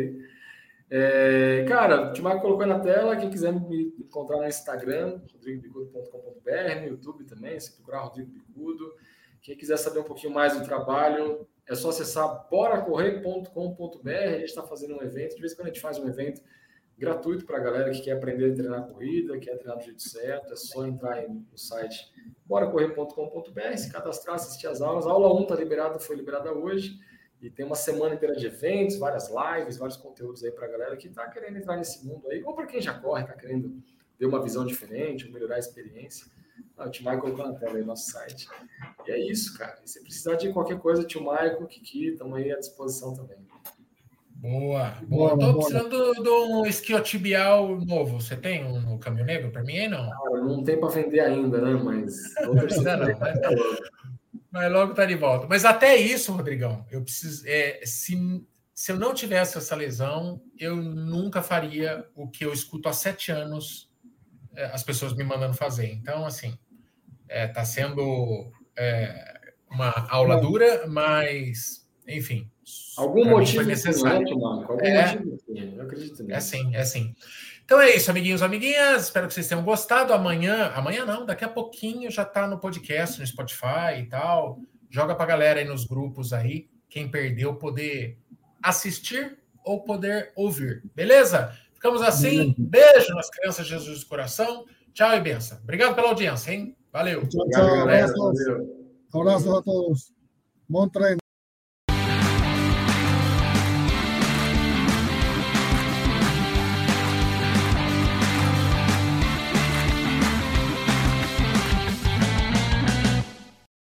Cara, o Timago colocou na tela, quem quiser me encontrar no Instagram, rodrigobicudo.com.br, no YouTube também, se procurar Rodrigo Bicudo. Quem quiser saber um pouquinho mais do trabalho, é só acessar boracorrer.com.br. A gente está fazendo um evento, de vez em quando a gente faz um evento gratuito para a galera que quer aprender a treinar corrida, quer treinar do jeito certo, é só entrar aí no site boracorrer.com.br, se cadastrar, assistir as aulas. A aula 1 foi liberada hoje, e tem uma semana inteira de eventos, várias lives, vários conteúdos aí para a galera que está querendo entrar nesse mundo aí, ou para quem já corre, está querendo ter uma visão diferente, melhorar a experiência. O Tio Michael colocou na tela aí no nosso site. E é isso, cara. E se precisar de qualquer coisa, Tio Michael, Kiki, estamos aí à disposição também. Boa. Estou precisando de um isquiotibial novo. Você tem um no Caminho Negro para mim aí, não? Cara, não tem para vender ainda, né? Mas não precisa não. Mas logo tá de volta. Mas até isso, Rodrigão, eu preciso. Se eu não tivesse essa lesão, eu nunca faria o que eu escuto há 7 anos as pessoas me mandando fazer. Então, assim, tá sendo uma aula dura, mas, enfim. Algum motivo necessário. Algum motivo, eu acredito nisso. É assim. Então é isso, amiguinhos, amiguinhas. Espero que vocês tenham gostado. Amanhã não, daqui a pouquinho já tá no podcast, no Spotify e tal. Joga pra galera aí nos grupos aí. Quem perdeu poder assistir ou poder ouvir. Beleza? Ficamos assim. Beijo nas crianças de Jesus do coração. Tchau e benção. Obrigado pela audiência, hein? Valeu. Tchau. Abraços a todos. Bom treino.